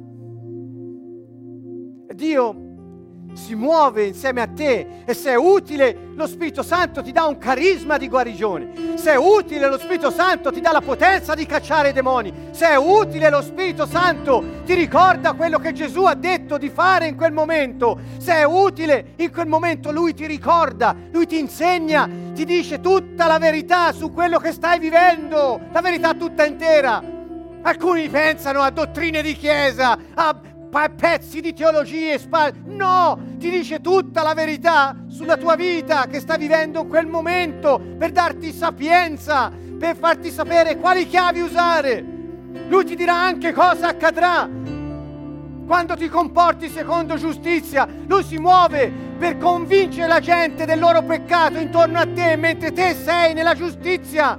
Dio si muove insieme a te, e se è utile lo Spirito Santo ti dà un carisma di guarigione. Se è utile lo Spirito Santo ti dà la potenza di cacciare i demoni. Se è utile lo Spirito Santo ti ricorda quello che Gesù ha detto di fare in quel momento. Se è utile in quel momento Lui ti ricorda, Lui ti insegna, ti dice tutta la verità su quello che stai vivendo, la verità tutta intera. Alcuni pensano a dottrine di chiesa, a pezzi di teologie, spa- no, ti dice tutta la verità sulla tua vita che stai vivendo in quel momento, per darti sapienza, per farti sapere quali chiavi usare. Lui ti dirà anche cosa accadrà quando ti comporti secondo giustizia. Lui si muove per convincere la gente del loro peccato intorno a te, mentre te sei nella giustizia.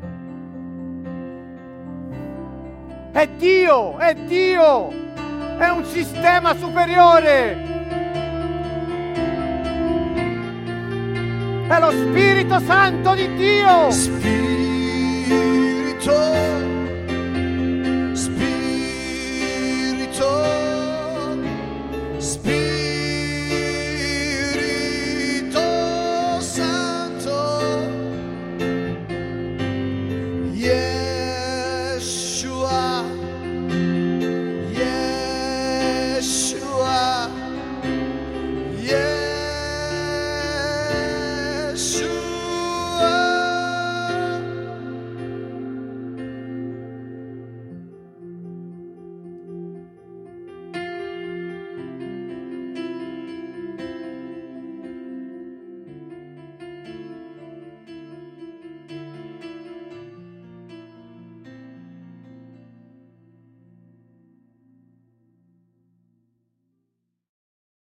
È Dio, è Dio, è un sistema superiore. È lo Spirito Santo di Dio.
Spirito